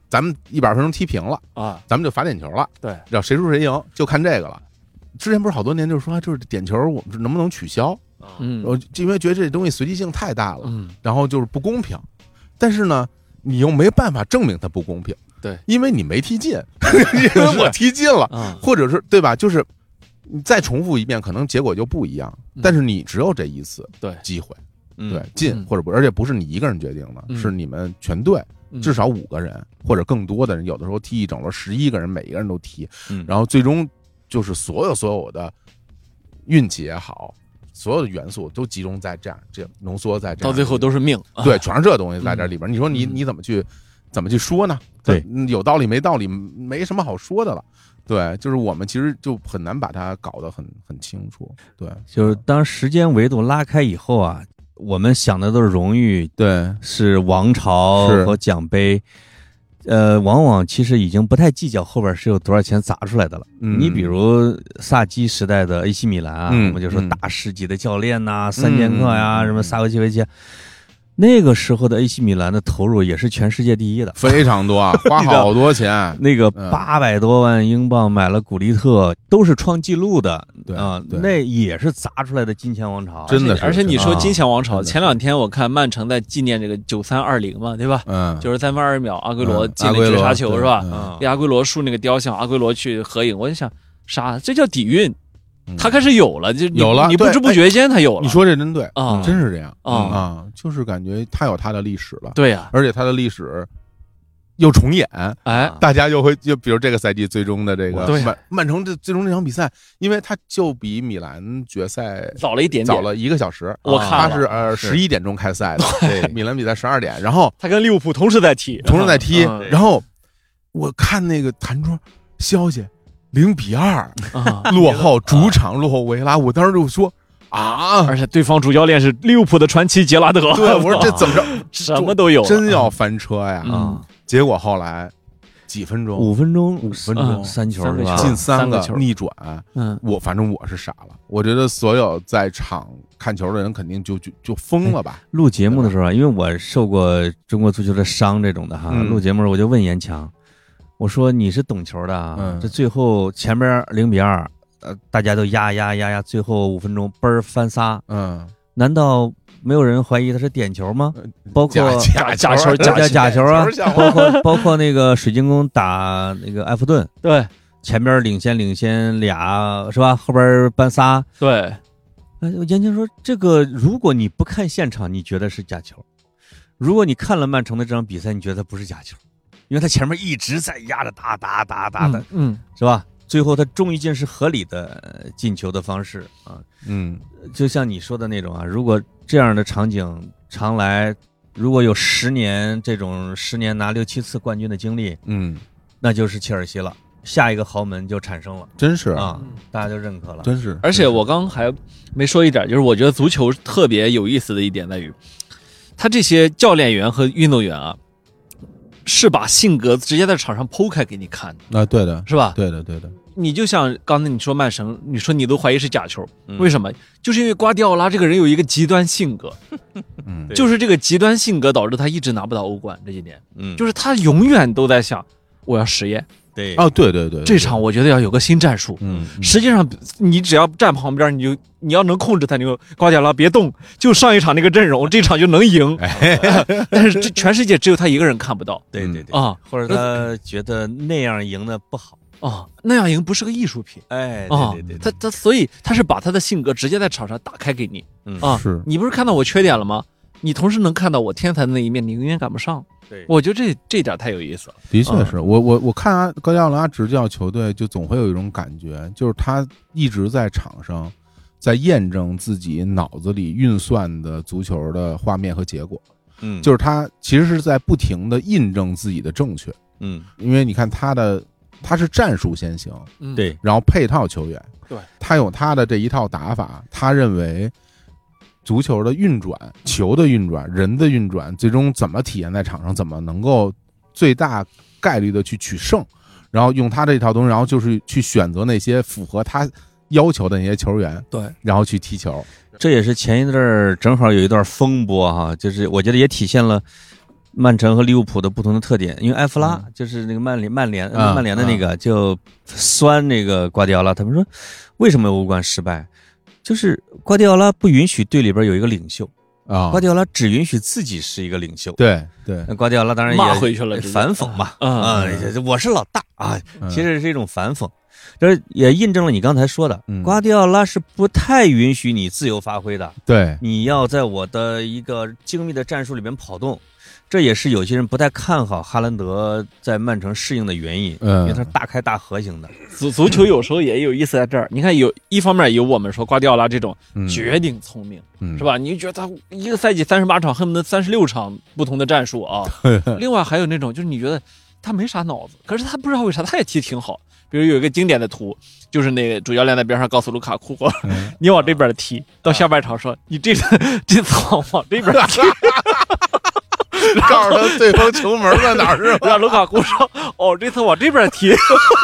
咱们120分钟踢平了啊， 咱们就罚点球了， 对， 知道谁输谁赢，就看这个了。之前不是好多年就是说，就是点球我们能不能取消？因为觉得这东西随机性太大了，然后就是不公平。但是呢，你又没办法证明它不公平， 对， 因为你没踢进，因为我踢进了，或者是对吧？就是你再重复一遍，可能结果就不一样。但是你只有这一次机会，对，进或者不，而且不是你一个人决定的，是你们全队至少5个人或者更多的人，有的时候踢一整轮11个人，每一个人都踢，然后最终就是所有的运气也好，所有的元素都集中在这浓缩在这样， 到最后都是命， 对，全是这东西在这里边。你说你怎么去说呢？ 对， 有道理没道理，没什么好说的了。对，就是我们其实就很难把它搞得很清楚。对， 就是当时间维度拉开以后啊，我们想的都是荣誉， 对， 是王朝和奖杯。往往其实已经不太计较后边是有多少钱砸出来的了。你比如萨基时代的 AC 米兰啊，我们就说大师级的教练呐，3剑客呀，什么萨科齐维奇，那个时候的 AC 米兰的投入也是全世界第一的， 非常多，花好多钱。 那个800多万英镑买了古利特，都是创纪录的啊，那也是砸出来的金钱王朝， 真的是。 而且你说金钱王朝，前2天我看曼城在纪念这个93-20嘛，对吧？93分2秒，阿圭罗进了绝杀球是吧？阿圭罗树那个雕像，阿圭罗去合影，我就想啥？这叫底蕴。他开始有了，就有了， 你不知不觉间他有了。 你说这真对啊， 真是这样啊，就是感觉他有他的历史了。 对呀， 而且他的历史又重演， 哎， 大家就比如这个赛季最终的这个曼城最终这场比赛，因为他就比米兰决赛早了一点点， 早了1个小时。 我看他是11点钟开赛的，对，米兰比赛12点，然后他跟利物浦同时在踢， 然后我看那个弹窗消息。0-2落后，主场落后维拉，我当时就说啊， 而且对方主教练是利物浦的传奇杰拉德， 对，我说这怎么着， 什么都有， 真要翻车呀！结果后来几分钟，5 分钟3球是吧？ 进3个逆转，反正我是傻了，我觉得所有在场看球的人肯定就疯了吧。 录节目的时候，因为我受过中国足球的伤这种的哈，录节目的时候我就问严强。我说你是懂球的啊，这最后前边0-2，大家都压，最后5分钟嘣儿翻仨，难道没有人怀疑他是点球吗？包括假球啊，包括那个水晶宫打那个埃弗顿， 对， 前边领先俩是吧？后边扳仨， 对。 严强说，这个如果你不看现场，你觉得是假球；如果你看了曼城的这场比赛，你觉得不是假球。因为他前面一直在压着打的，是吧？最后他终于进是合理的进球的方式啊，就像你说的那种啊，如果这样的场景常来，如果有10年这种10年拿6-7次冠军的经历，那就是切尔西了，下一个豪门就产生了， 真是啊，大家就认可了， 真是。 而且我刚还没说一点，就是我觉得足球特别有意思的一点在于，他这些教练员和运动员啊。是把性格直接在场上剖开给你看的啊，对的， 是吧？ 对的。 你就像刚才你说曼城，你说你都怀疑是假球，为什么？就是因为瓜迪奥拉这个人有一个极端性格，就是这个极端性格导致他一直拿不到欧冠这几年，就是他永远都在想我要实验。 对对， 这场我觉得要有个新战术。实际上你只要站旁边，你要能控制他，你就瓜迪奥拉别动，就上一场那个阵容，这场就能赢。但是这全世界只有他一个人看不到。 对啊，或者他觉得那样赢的不好啊，那样赢不是个艺术品。 对， 他所以他是把他的性格直接在场上打开给你啊。 是你不是看到我缺点了吗？你同时能看到我天才的那一面，你永远赶不上。 对， 我觉得这点太有意思了。 的确是，我看瓜迪奥拉执教球队，就总会有一种感觉，就是他一直在场上，在验证自己脑子里运算的足球的画面和结果。就是他其实是在不停的印证自己的正确。因为你看他是战术先行， 对， 然后配套球员， 对， 他有他的这一套打法，他认为。足球的运转、球的运转、人的运转，最终怎么体现在场上？怎么能够最大概率的去取胜？然后用他这套东西，然后就是去选择那些符合他要求的那些球员， 对， 然后去踢球。 这也是前一阵儿正好有一段风波哈，就是我觉得也体现了曼城和利物浦的不同的特点，因为埃弗拉就是那个曼联的那个就酸那个瓜迪奥拉，他们说为什么欧冠失败，就是瓜迪奥拉不允许队里边有一个领袖啊，瓜迪奥拉只允许自己是一个领袖。 对， 那瓜迪奥拉当然也骂回去了， 反讽嘛，我是老大啊，其实是一种反讽。这也印证了你刚才说的，瓜迪奥拉是不太允许你自由发挥的， 对， 你要在我的一个精密的战术里面跑动。这也是有些人不太看好哈兰德在曼城适应的原因，因为他是大开大合型的。 足球有时候也有意思在这儿，你看有一方面有我们说瓜迪奥拉这种绝顶聪明，是吧？你觉得他一个赛季38场，恨不得36场不同的战术啊。另外还有那种就是你觉得他没啥脑子，可是他不知道为啥他也踢挺好。比如有一个经典的图，就是那个主教练在边上告诉卢卡库，你往这边踢，到下半场说你这次往这边踢。 告诉他对方球门在哪儿是吧？ 让卢卡库说：“哦，这次往这边踢。”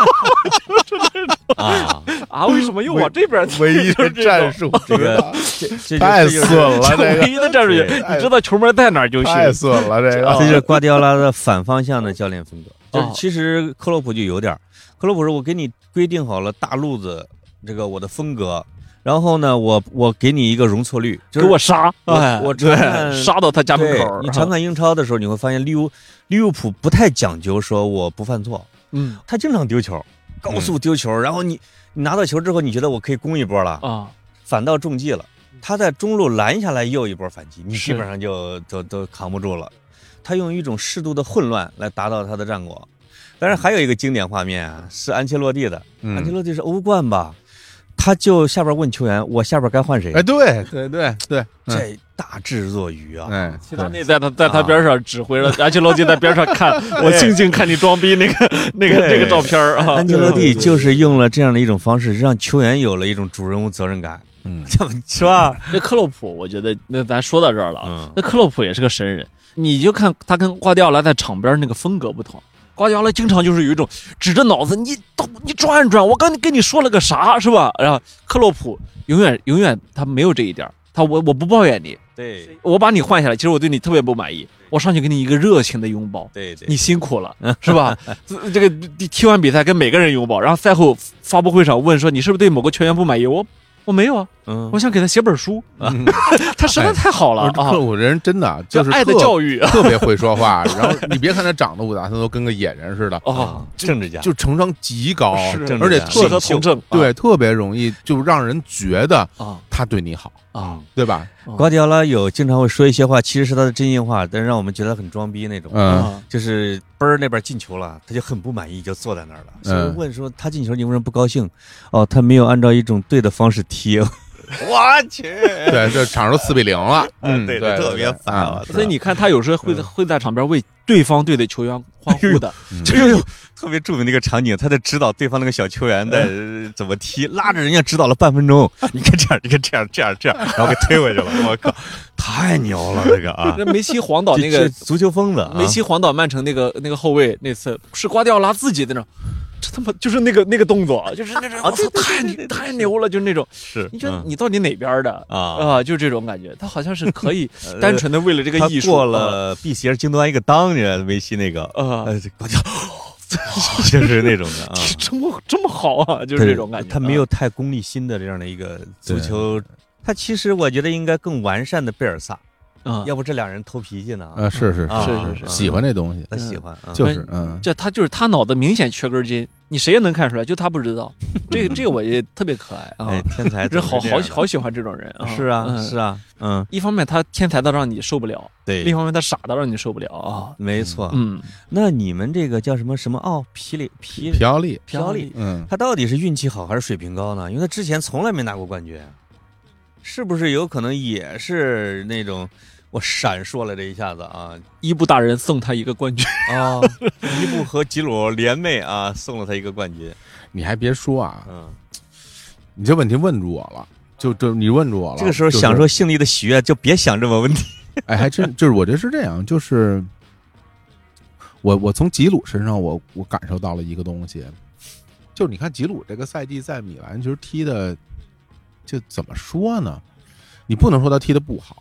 为什么又往这边踢？ 唯一的战术， 这个太损了，这个唯一的战术，你知道球门在哪儿就行。 太损了，这个这就是瓜迪奥拉的反方向的教练风格。就是其实克洛普就有点，克洛普说：“我给你规定好了大路子，这个我的风格。”然后呢，我给你一个容错率，就是给我杀， 我杀到他家门口。 你常看英超的时候，你会发现利物浦不太讲究说我不犯错，他经常丢球，高速丢球，然后你拿到球之后，你觉得我可以攻一波了啊，反倒中计了。他在中路拦下来又一波反击，你基本上就都扛不住了。他用一种适度的混乱来达到他的战果。当然还有一个经典画面啊，是安切洛蒂的，安切洛蒂是欧冠吧？他就下边问球员：“我下边该换谁？” 哎，对， 这大智若愚啊！ 齐达内在他边上指挥着，安切洛蒂在边上看，我静静看你装逼那个照片啊。 安切洛蒂就是用了这样的一种方式，让球员有了一种主人翁责任感，是吧？ 这克洛普，我觉得那咱说到这儿了，那克洛普也是个神人，你就看他跟瓜迪奥拉在场边那个风格不同。瓜迪奥拉经常就是有一种指着脑子，你转，我刚跟你说了个啥是吧？然后克洛普永远他没有这一点，我不抱怨你， 对， 我把你换下来，其实我对你特别不满意，我上去给你一个热情的拥抱， 对， 你辛苦了是吧？这个踢完比赛跟每个人拥抱，然后赛后发布会上问说你是不是对某个球员不满意？我没有啊，我想给他写本书，他实在太好了啊！ 我这人真的就是爱的教育， 特别会说话。然后你别看他长得武大，他都跟个野人似的政治家就情商极高， 而且特别容易就让人觉得他对你好啊，对吧？ 瓜迪奥拉经常会说一些话，其实是他的真心话，但是让我们觉得很装逼那种。就是那边进球了，他就很不满意，就坐在那儿了。所以问说他进球你为什么不高兴？他没有按照一种对的方式踢。我去， 对，这场都4-0了， 对，特别烦。 所以你看，他有时候会在场边为对方队的球员欢呼的， 就是特别著名的一个场景，他在指导对方那个小球员在怎么踢，拉着人家指导了半分钟，你看这样，然后给推回去了。我靠，太牛了这个啊！ 这梅西黄岛那个足球疯子， 梅西黄岛曼城那个后卫那次是瓜迪奥拉自己在那。这他妈就是那个动作，就是那种太牛了，就是那种。 是， 你觉得你到底哪边的就这种感觉，他好像是可以单纯的为了这个艺术。 他过了辟邪京端一个当人梅西那个瓜迪就是那种的这么好啊，就是这种感觉。 他没有太功利心的这样的一个足球，他其实我觉得应该更完善的贝尔萨。要不这两人偷脾气呢？ 是，喜欢这东西， 他喜欢， 就是这他就是他脑子明显缺根筋，你谁也能看出来，就他不知道。这个我也特别可爱啊， 天才， 这好喜欢这种人啊。 是啊， 一方面他天才到让你受不了， 对； 另一方面他傻到让你受不了啊。 没错，那你们这个叫什么皮奥利，他到底是运气好还是水平高呢？因为他之前从来没拿过冠军，是不是有可能也是那种？我闪烁了这一下子啊！ 伊布大人送他一个冠军啊！伊布和吉鲁联袂啊，送了他一个冠军。 你还别说啊，你这问题问住我了，就你问住我了。 这个时候享受胜利的喜悦，就别想这么问题。 哎，还真就是我这是这样，就是我从吉鲁身上我感受到了一个东西，就是你看吉鲁这个赛季在米兰其实踢的，就怎么说呢？你不能说他踢的不好。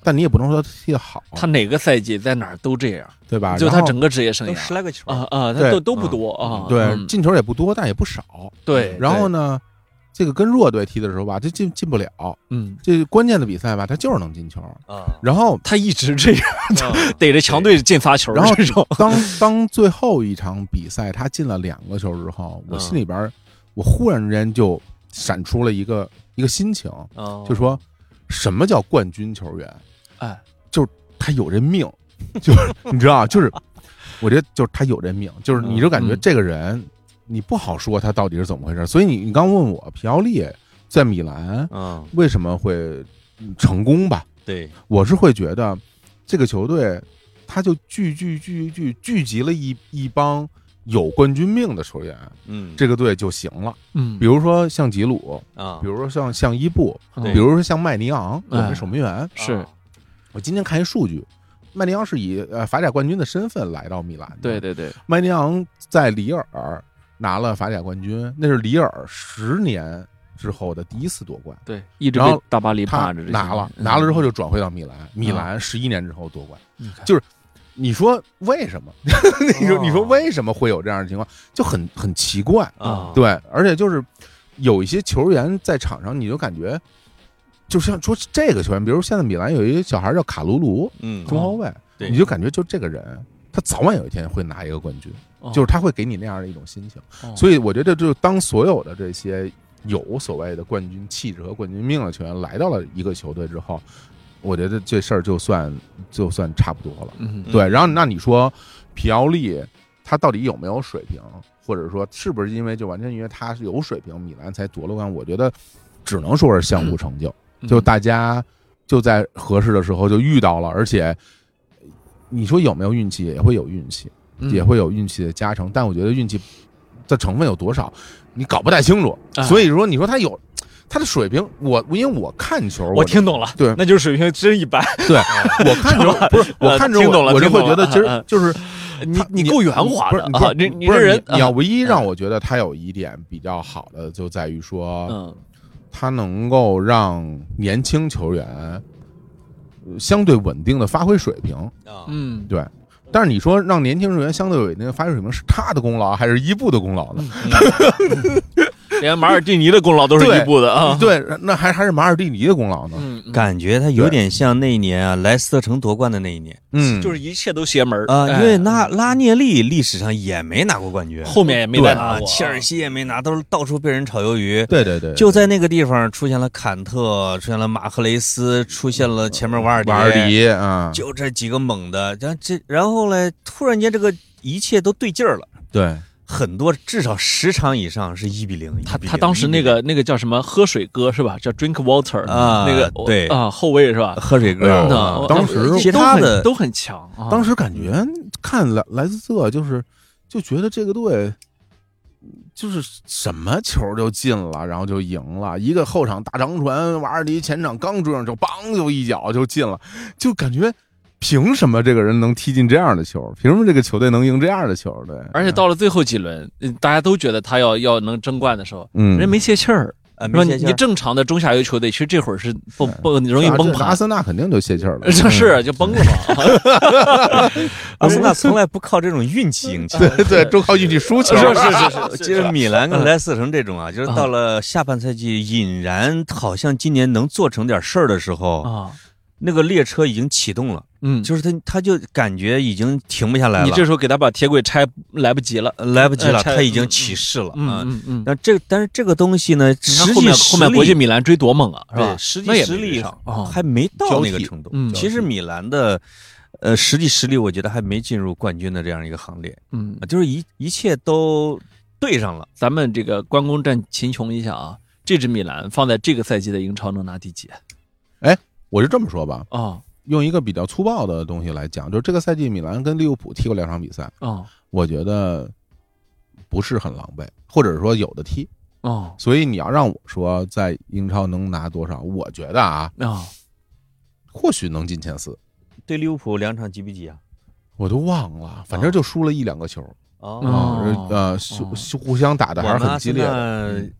但你也不能说他踢得好。 他哪个赛季在哪儿都这样， 对吧？ 就他整个职业生涯 10来个球他都不多啊。 对，进球也不多，但也不少。 对， 然后呢，这个跟弱队踢的时候吧，这进不了。这关键的比赛吧，他就是能进球然后他一直这样逮着强队进仨球。 然后当最后一场比赛他进了2个球之后，我心里边我忽然之间就闪出了一个心情，就说什么叫冠军球员？就是他有这命，就是你知道，就是我觉得就是他有这命，就是你就感觉这个人你不好说他到底是怎么回事。所以你刚问我皮奥利在米兰为什么会成功吧？ 对， 我是会觉得这个球队他就聚集了一帮有冠军命的球员，这个队就行了。比如说像吉鲁比如说像伊布，比如说像麦尼昂，我们守门员是。 我今天看一数据，麦尼昂是以法甲冠军的身份来到米兰的。 对， 麦尼昂在里尔拿了法甲冠军，那是里尔10年之后的第一次夺冠。 对，一直被大巴黎他拿了之后就转回到米兰，米兰11年之后夺冠。就是你说为什么？你说为什么会有这样的情况？就很奇怪对，而且就是有一些球员在场上，你就感觉。就像说这个球员，比如现在米兰有一个小孩叫卡卢卢，中后卫，你就感觉就这个人，他早晚有一天会拿一个冠军，就是他会给你那样的一种心情。所以我觉得，就当所有的这些有所谓的冠军气质和冠军命的球员来到了一个球队之后，我觉得这事儿就算差不多了。对。然后那你说皮奥利他到底有没有水平，或者说是不是因为就完全因为他是有水平，米兰才夺了冠？我觉得只能说是相互成就。就大家就在合适的时候就遇到了，而且你说有没有运气，也会有运气，也会有运气的加成。但我觉得运气的成分有多少，你搞不太清楚。所以说，你说他有他的水平，因为我看球， 我听懂了， 对， 那就是水平真一般。 对，我看球不是我看球，我就会觉得其实就是你够圆滑的啊！你这人， 你要唯一让我觉得他有一点比较好的，就在于说，他能够让年轻球员相对稳定的发挥水平对。但是你说让年轻球员相对稳定的发挥水平是他的功劳还是伊布的功劳呢？ 连马尔蒂尼的功劳都是伊布的啊！ 对，那还是马尔蒂尼的功劳呢？ 感觉他有点像那一年啊，莱斯特城夺冠的那一年， 就是一切都邪门因为拉涅利历史上也没拿过冠军， 后面也没拿过， 切尔西也没拿，都是到处被人炒鱿鱼。 对， 就在那个地方出现了坎特，出现了马赫雷斯，出现了前面瓦尔迪啊， 就这几个猛的，然后呢，突然间这个一切都对劲儿了， 对。 很多至少10场以上是1-0。 他当时那个叫什么喝水哥是吧？叫 Drink Water 那个对后卫是吧？ 喝水哥当时其他的都很强。 当时感觉看莱斯特就觉得这个队就是什么球就进了，然后就赢了。一个后场大长传，瓦尔迪前场刚追上就梆就一脚就进了，就感觉。凭什么这个人能踢进这样的球？凭什么这个球队能赢这样的球？对， 而且到了最后几轮，大家都觉得他要能争冠的时候，人没泄气儿。你正常的中下游球队，其实这会儿是不容易崩盘。 阿森纳肯定就泄气儿了， 是就崩了嘛。 阿森纳从来不靠这种运气赢球， 对，都靠运气输球。 是。其实米兰跟莱斯特城这种啊，就是到了下半赛季，隐然好像今年能做成点事儿的时候那个列车已经启动了，就是他就感觉已经停不下来了。 你这时候给他把铁轨拆来不及了， 他已经起势了。但是这个东西呢，实际后面国际米兰追多猛啊，是吧？ 实际实力还没到那个程度。其实米兰的实际实力，我觉得还没进入冠军的这样一个行列。就是一切都对上了。 咱们这个关公战秦琼一下啊，这支米兰放在这个赛季的英超能拿第几？ 我就这么说吧，用一个比较粗暴的东西来讲，就是这个赛季米兰跟利物浦踢过2场比赛，我觉得不是很狼狈，或者说有的踢，所以你要让我说在英超能拿多少，我觉得或许能进前4。 对利物浦2场几比几啊？ 我都忘了，反正就输了1-2个球，互相打的还是很激烈的。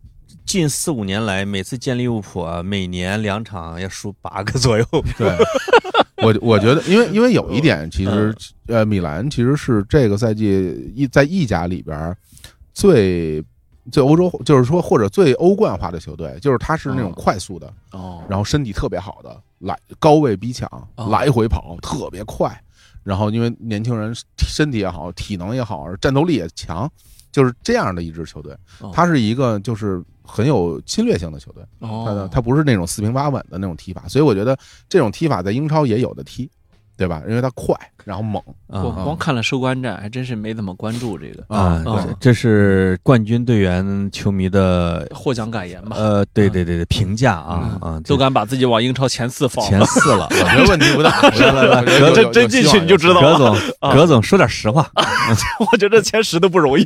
近4-5年来，每次见利物浦啊，每年2场要输8个左右。 对，我觉得，因为有一点，其实米兰其实是这个赛季在意甲里边最欧洲，就是说或者最欧冠化的球队，就是他是那种快速的，然后身体特别好的，高位逼抢，来回跑，特别快。然后因为年轻人身体也好，体能也好，战斗力也强，就是这样的一支球队。他是一个就是很有侵略性的球队，他不是那种4平8稳的那种踢法，所以我觉得这种踢法在英超也有的踢。对吧？因为他快，然后猛。 我光看了收官战，还真是没怎么关注这个这是冠军队员球迷的获奖感言吧？ 对，评价啊， 都敢把自己往英超前4放， 前4了， 我觉得问题不大。 这真进去你就知道了。 葛总说点实话， 我觉得前10都不容易。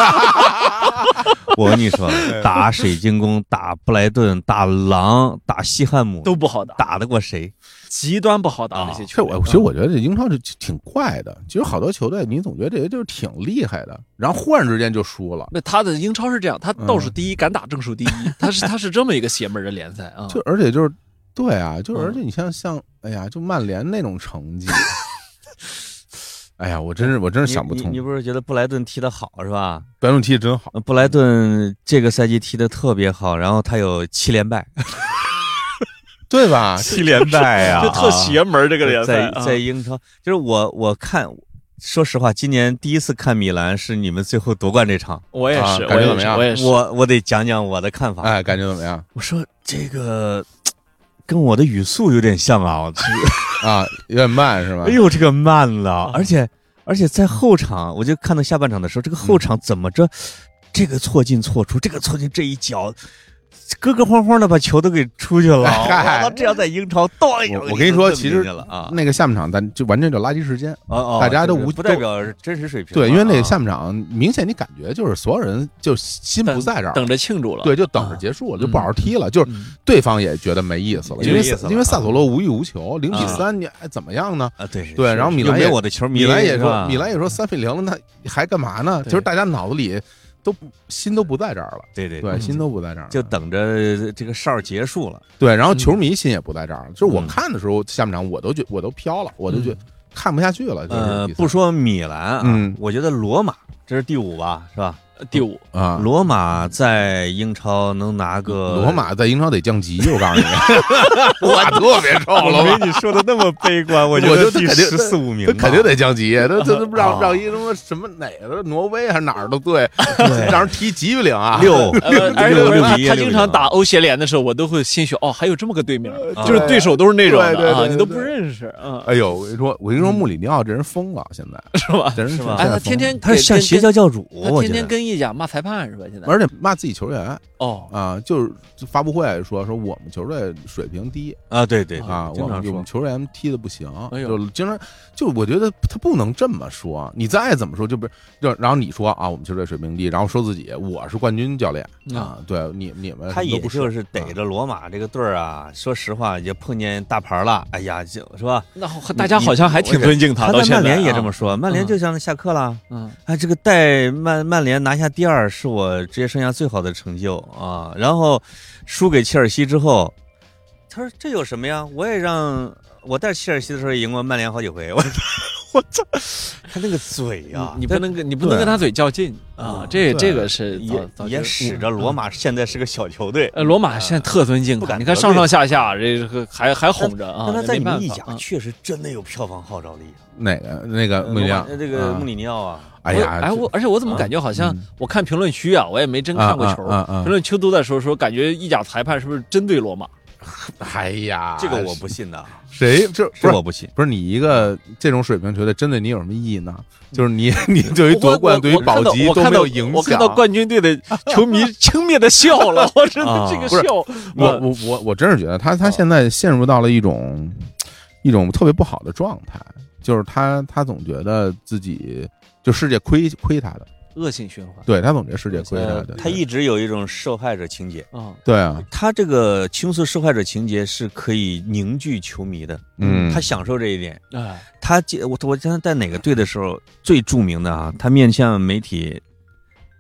我跟你说，打水晶宫、打布莱顿、打狼、打西汉姆都不好打， 打得过谁？ 极端不好打那些球队。 其实我觉得这英超就挺怪的，其实好多球队你总觉得这些就是挺厉害的，然后忽然之间就输了。 那他的英超是这样，他倒数第一，敢打正数第一，他是这么一个邪门的联赛啊。 就而且就是对啊，就而且你像哎呀，就曼联那种成绩。哎呀，我真是想不通。 你不是觉得布莱顿踢得好是吧？ 布莱顿踢得真好。 布莱顿这个赛季踢得特别好，然后他有7连败。 对吧 ？7连败啊， 就特邪门这个联赛。 在英超，就是我看，说实话，今年第一次看米兰是你们最后夺冠这场。 我也是， 感觉怎么样？ 我也是。 我得讲讲我的看法。 哎，感觉怎么样？ 我说这个跟我的语速有点像啊， 有点慢是吧？ 哎呦，这个慢了，而且在后场，我就看到下半场的时候，这个后场怎么着，这个错进错出，这个错进这一脚。咯咯慌慌的把球都给出去了，这样在英超我跟你说，其实那个下半场咱就完全就垃圾时间，大家都不代表真实水平。 对，因为那个下半场明显你感觉就是所有人就心不在这儿， 等着庆祝了， 对，就等着结束了，就不好好踢了，就是对方也觉得没意思了，因为萨索洛无欲无求，0比3，你怎么样呢？对，然后米兰也我的球迷， 米兰也说3比0了，那还干嘛呢？就是大家脑子里。心都不在这儿了，对，心都不在这儿， 就等着这个哨结束了。 对，然后球迷心也不在这儿，就是我看的时候，下半场我都飘了，我都觉得看不下去了。 不说米兰啊，我觉得罗马这是第5吧，是吧？ 第5 啊， 罗马在英超能拿个， 罗马在英超得降级，我告诉你，哇，特别臭了。 我没你说的那么悲观，我觉得第14、15名肯定得降级，他让一什么哪个挪威还是哪儿都对，让人踢级别领啊 6， 他经常打欧协联的时候，我都会心虚，还有这么个对面，就是对手都是那种的啊，你都不认识啊。 哎呦，我跟你说，穆里尼奥这人疯了，现在是吧？ 是吧？ 哎，他天天他是像邪教教主， 他天天跟意甲骂裁判是吧？现在而且骂自己球员就是发布会说我们球队水平低啊，对啊，我们球员踢的不行， 就经常就我觉得他不能这么说，你再怎么说就然后你说啊，我们球队水平低，然后说自己我是冠军教练啊，对你们他也就是逮着罗马这个队儿啊，说实话也碰见大牌了，哎呀，是吧？ 那大家好像还挺尊敬他。 他在曼联也这么说，曼联就像下课了，这个带曼联拿下第2是我职业生涯最好的成就啊！然后输给切尔西之后，他说这有什么呀？我带切尔西的时候也赢过曼联好几回，我操！他那个嘴啊， 你不能跟他嘴较劲啊！这个是也使着罗马现在是个小球队， 罗马现在特尊敬他，你看上下这个还哄着啊！ 但他在你们意甲确实真的有票房号召力。 哪个穆里尼奥？ 这个穆里尼奥啊！ 哎呀， 而且我怎么感觉好像我看评论区啊，我也没真看过球，评论区都在说感觉意甲裁判是不是针对罗马？ 哎呀， 这个我不信的。 谁？这我不信。 不是你一个这种水平球队针对你有什么意义呢？就是你对于夺冠、对于保级都没有影响。 我看到冠军队的球迷轻蔑的笑了，我真的这个笑。 我真是觉得他现在陷入到了一种特别不好的状态，就是他总觉得自己就世界亏他的。 恶性循环， 对，他总觉得世界亏他的， 他一直有一种受害者情节啊， 对啊， 他这个倾诉受害者情节是可以凝聚球迷的，他享受这一点。我现在带哪个队的时候最著名的啊，他面向媒体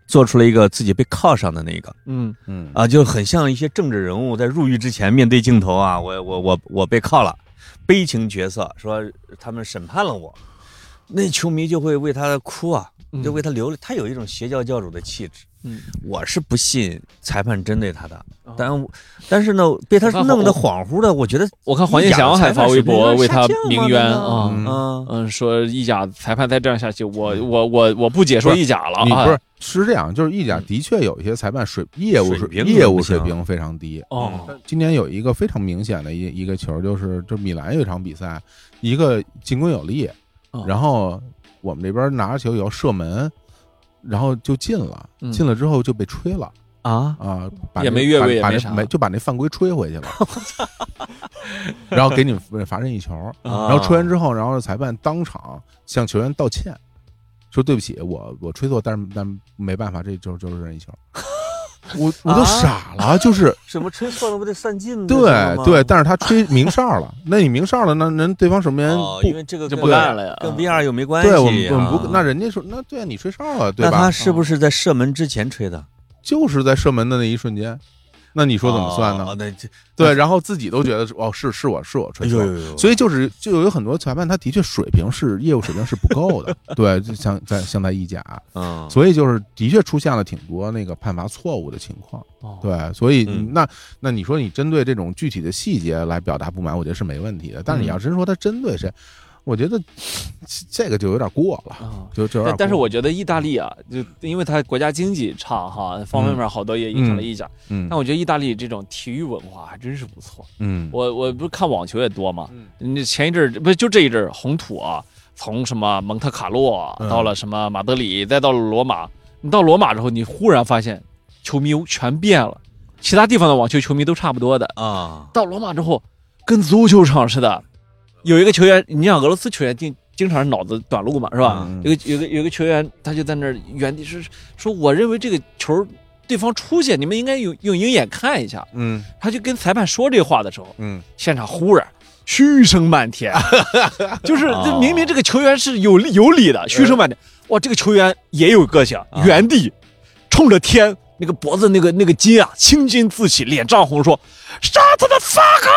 做出了一个自己被铐上的那个，就很像一些政治人物在入狱之前面对镜头啊，我被铐了，悲情角色说他们审判了我，那球迷就会为他哭啊，就为他流泪，他有一种邪教教主的气质。我是不信裁判针对他的，但是呢，被他弄得恍惚的，我觉得我看黄健翔还发微博为他鸣冤啊，说意甲裁判再这样下去，我不解说意甲了。 不是这样，就是意甲的确有一些裁判业务水平非常低。今年有一个非常明显的一个球，就是米兰有一场比赛，一个进攻有力，然后我们这边拿着球要射门。然后就进了之后就被吹了也没越位也没啥， 就把那犯规吹回去了，然后给你们罚任意球，然后吹完之后，然后裁判当场向球员道歉，说对不起，我吹错，但没办法，这就是任意球。我都傻了，就是什么吹错了不得散尽？ 对，但是他吹明哨了，那你明哨了，那人对方守门员因为这个就不干了呀， 跟 VR 又没关系。 对，我们不，那人家说，那对啊，你吹哨了，对吧？ 那他是不是在射门之前吹的？ 就是在射门的那一瞬间。那你说怎么算呢？对，然后自己都觉得是我吹错，所以就有很多裁判他的确业务水平是不够的，对，就像在意甲，所以就是的确出现了挺多那个判罚错误的情况，对，所以那你说你针对这种具体的细节来表达不满，我觉得是没问题的，但是你要真说他针对谁？我觉得这个就有点过了， 但是我觉得意大利啊，就因为它国家经济差哈，方方面面好多也影响了意甲。但我觉得意大利这种体育文化还真是不错。我不是看网球也多嘛，前一阵不是就这一阵红土啊，从什么蒙特卡洛到了什么马德里，再到了罗马。你到罗马之后，你忽然发现球迷全变了，其他地方的网球球迷都差不多的啊，到罗马之后跟足球场似的。有一个球员，你想俄罗斯球员经常脑子短路嘛，是吧？有个球员，他就在那儿原地说，我认为这个球对方出去，你们应该用鹰眼看一下。他就跟裁判说这话的时候，现场忽然嘘声漫天，就是明明这个球员是有理的，嘘声漫天。哇，这个球员也有个性，原地冲着天。那个脖子那个筋啊，青筋自起，脸涨红，说杀他的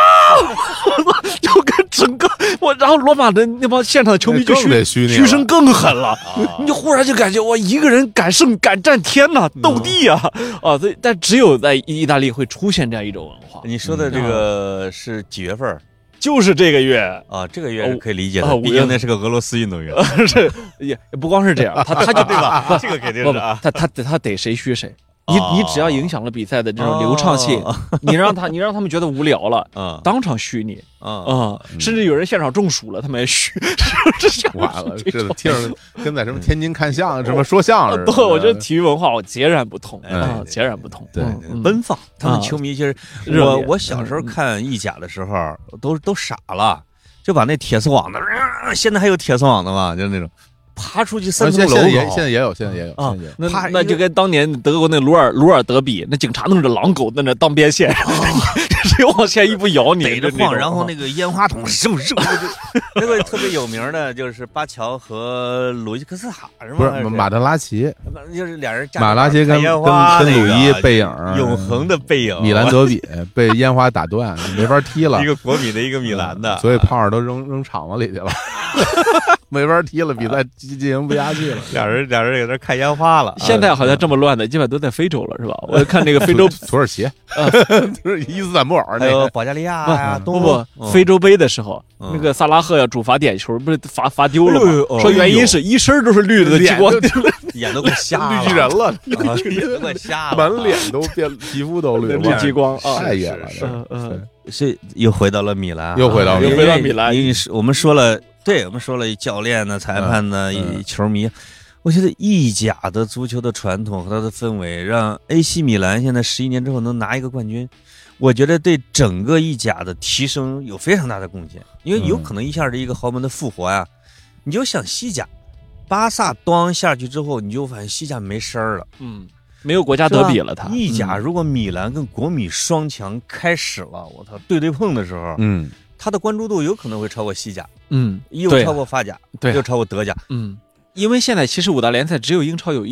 fuck， 就跟整个然后罗马的那帮现场的球迷就嘘声更狠了，你就忽然就感觉哇，一个人敢战天呐，斗地啊所以但只有在意大利会出现这样一种文化。 你说的这个是几月份？ 就是这个月啊，这个月是可以理解的，毕竟那是个俄罗斯运动员， 是也不光是这样，他就对吧？这个肯定是啊， 他得谁嘘谁。你只要影响了比赛的这种流畅性，你让他们觉得无聊了，当场嘘你，甚至有人现场中暑了，他们也嘘， 完了，这听着跟在什么天津看相声、什么说相声。 对，我觉得体育文化截然不同，截然不同。 对，奔放，他们球迷其实我小时候看意甲的时候都傻了，就把那铁丝网的，现在还有铁丝网的吗？就是那种。爬出去3层楼， 现在也有啊！ 那就跟当年德国那鲁尔德比，那警察弄着狼狗在那当边线，谁往前一步咬你， 逮着晃，然后那个烟花筒扔，那个特别有名的就是巴乔和鲁伊克斯塔是吗？ 不是马德拉齐， 就是俩人马拉齐跟鲁伊背影， 永恒的背影。 米兰德比被烟花打断，没法踢了。 一个国米的，一个米兰的， 所以胖儿都扔场子里去了。没法踢了，比赛进行不下去了。 俩人给那看烟花了。 现在好像这么乱的，基本都在非洲了，是吧？我看那个非洲土耳其，伊斯坦布尔， 还有保加利亚呀， 不，非洲杯的时候，那个萨拉赫要主罚点球，不是罚丢了吗？说原因是一身都是绿的激光， 眼都给瞎了， 绿巨人了， 都给瞎了， 满脸都变，皮肤都绿激光， 太野了。 是又回到了米兰， 又回到米兰。 我们说了。对，我们说了教练呢、裁判呢、球迷，我觉得意甲的足球的传统和它的氛围，让 AC 米兰现在11年之后能拿一个冠军，我觉得对整个意甲的提升有非常大的贡献，因为有可能一下是一个豪门的复活呀。你就想西甲，巴萨端下去之后，你就发现西甲没声儿了， 没有国家德比了。他意甲如果米兰跟国米双强开始了，我操，对碰的时候，他的关注度有可能会超过西甲，又超过法甲，又超过德甲， 因为现在其实5大联赛只有英超有意思，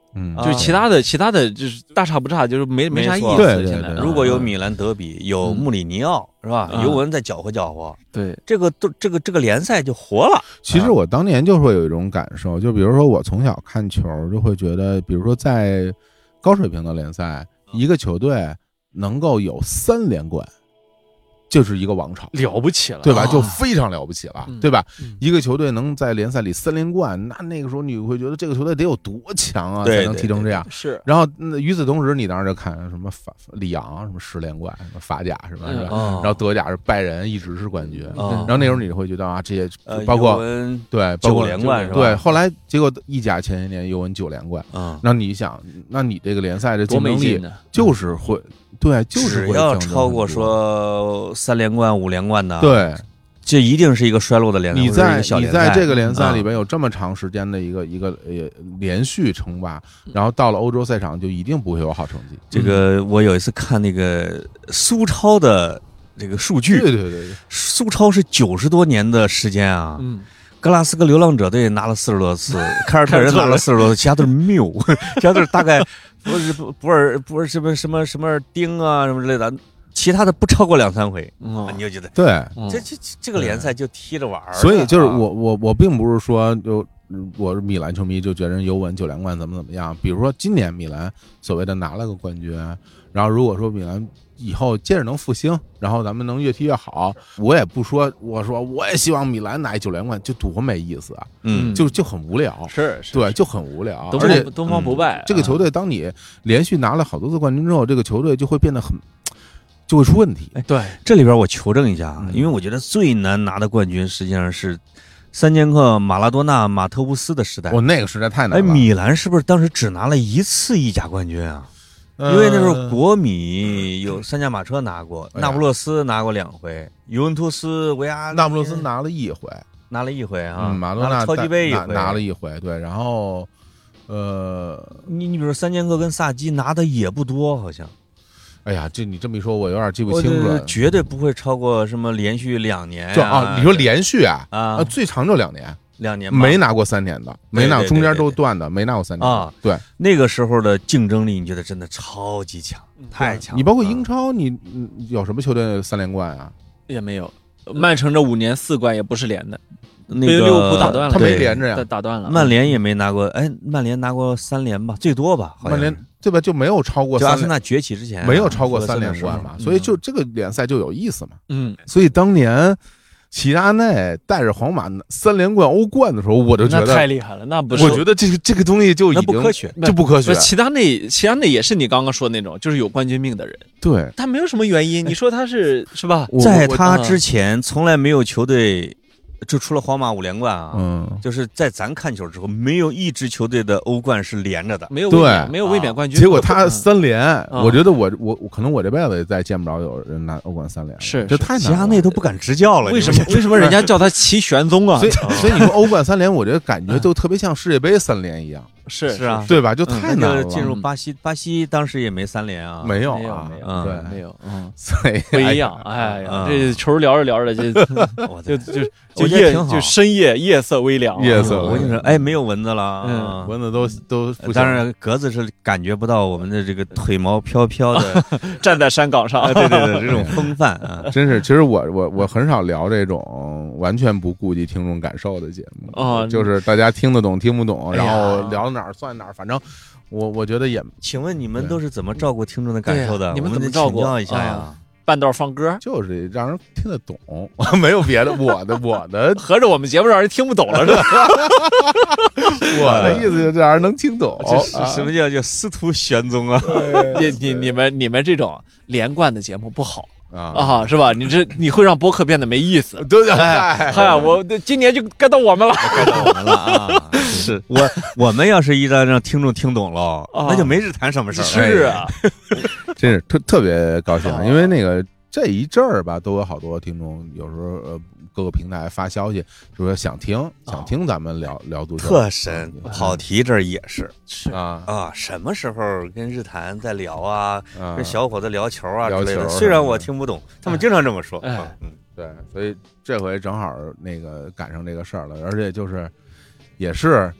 就其他的就是大差不差，就是没啥意思。 对， 现在如果有米兰德比，有穆里尼奥是吧？尤文再搅和搅和， 对， 这个联赛就活了。 其实我当年就会有一种感受，就比如说我从小看球就会觉得，比如说在高水平的联赛，一个球队能够有3连冠。就是一个王朝， 了不起了， 对吧？就非常了不起了，对吧？一个球队能在联赛里3连冠，那个时候你会觉得这个球队得有多强啊，才能踢成这样。 是。 然后与此同时，你当时就看什么里昂什么10连冠，什么法甲是吧？然后德甲是拜仁一直是冠军。然后那时候你会觉得啊，这些包括对 9连冠是吧？ 对，后来结果意甲前一年尤文9连冠。那你想，那你这个联赛的竞争力就是会。对，就是只要超过说3连冠、5连冠的， 对， 这一定是一个衰落的联赛。 你在这个联赛里边有这么长时间的一个连续称霸，然后到了欧洲赛场就一定不会有好成绩。 这个我有一次看那个苏超的这个数据， 对， 苏超是90多年的时间啊。格拉斯哥流浪者队拿了40多次，凯尔特人拿了40多次，其他都是谬，其他都是大概不是什么丁啊什么之类的，其他的不超过2-3回。你就觉得对， 这个联赛就踢着玩儿。 所以就是我并不是说我是米兰球迷就觉得尤文9连冠怎么样。比如说今年米兰所谓的拿了个冠军，然后如果说米兰以后接着能复兴，然后咱们能越踢越好，我也不说，我也希望米兰拿9连冠，就多没意思啊！就很无聊， 是对，就很无聊。 而且东方不败这个球队，当你连续拿了好多次冠军之后，这个球队就会变得就会出问题。 对，这里边我求证一下啊，因为我觉得最难拿的冠军实际上是3剑客马拉多纳、马特乌斯的时代。 那个时代太难了。 米兰是不是当时只拿了1次意甲冠军啊？因为那时候国米有三驾马车拿过，那不勒斯拿过2回，尤文图斯、维阿， 那不勒斯拿了1回， 啊， 马多纳超级杯拿了1回，对，然后你比如说3剑客跟萨基拿的也不多，好像。 哎呀，你这么一说，我有点记不清了。 绝对不会超过什么连续2年你说连续啊，最长就2年。 2年没拿过3年的，没拿中间都断的，没拿过3年啊。对， 那个时候的竞争力，你觉得真的超级强，太强。 你包括英超，你有什么球队3连冠啊？ 也没有。曼城这5年4冠也不是连的， 那个利物浦打断了， 他没连着呀， 打断了。 曼联也没拿过，曼联拿过3连吧，最多吧？ 曼联对吧？就没有超过就阿森纳崛起之前没有超过3连冠嘛，所以就这个联赛就有意思嘛。所以当年齐达内带着皇马3连冠欧冠的时候，我就觉得太厉害了。那不是， 我觉得这个东西就已经不科学， 就不科学。 齐达内也是你刚刚说的那种，就是有冠军命的人。 对， 他没有什么原因。你说他是吧？ 在他之前，从来没有球队。就除了皇马5连冠啊，就是在咱看球之后，没有一支球队的欧冠是连着的， 没有卫冕冠军。 结果他3连，我觉得我可能我这辈子也再见不着有人拿欧冠3连， 是这太难了。 齐达内都不敢执教了， 为什么人家叫他齐玄宗啊？ 所以你说欧冠3连，我觉得感觉就特别像世界杯3连一样。 是啊， 对吧？就太难了。 进入巴西当时也没3连啊， 没有， 对，没有， 所以不一样。哎呀，这球聊着聊着就深夜色微凉， 夜色。 我跟你说，没有蚊子了， 蚊子都。 当然，格子是感觉不到我们的这个腿毛飘飘的， 站在山岗上， 对，这种风范啊， 真是。其实我很少聊这种完全不顾及听众感受的节目就是大家听得懂听不懂，然后聊到哪儿算哪儿，反正我觉得也。 请问你们都是怎么照顾听众的感受的？ 你们怎么照顾一下呀？ 半道放歌， 就是让人听得懂，没有别的。我的， 合着我们节目让人听不懂了是吧？ 我的意思就是让人能听懂。 什么叫司徒玄宗啊？ 你们这种连贯的节目不好。是吧？你会让播客变得没意思， 对不对？ 我今年就该到我们了， 啊！是我们要是一旦让听众听懂了，那就没日坛什么事儿。 是啊， 真是特别高兴，因为那个这一阵儿吧，都有好多听众，有时候各个平台发消息说想听咱们聊足球， 特神。跑题这儿也是啊， 什么时候跟日坛在聊啊？跟小伙子聊球啊之类的。虽然我听不懂，他们经常这么说。 对，所以这回正好那个赶上这个事儿了，而且就是也是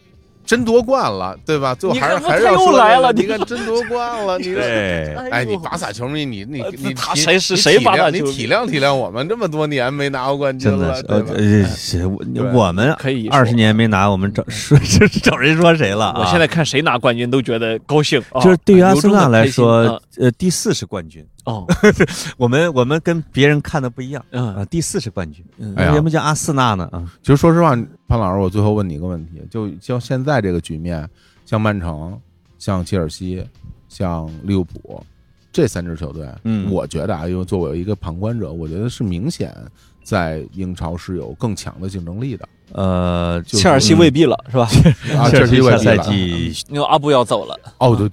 真夺冠了，对吧？最后还是要说你看真夺冠了，你对， 哎，你巴萨球迷，你谁是谁巴萨球迷？ 你体谅我们这么多年没拿过冠军了， 我们可以 20年没拿，我们找人说谁了？ 我现在看谁拿冠军都觉得高兴， 就是对于阿森纳来说，第4是冠军哦。 我们跟别人看的不一样第4是冠军，为什么叫阿森纳呢？ 其实说实话，潘老师，我最后问你一个问题，就像现在这个局面，像曼城、像切尔西、像利物浦这3支球队，我觉得啊，因为作为一个旁观者，我觉得是明显在英超是有更强的竞争力的。 切尔西未必了，是吧？ 切尔西未必赛季因为阿布要走了。 对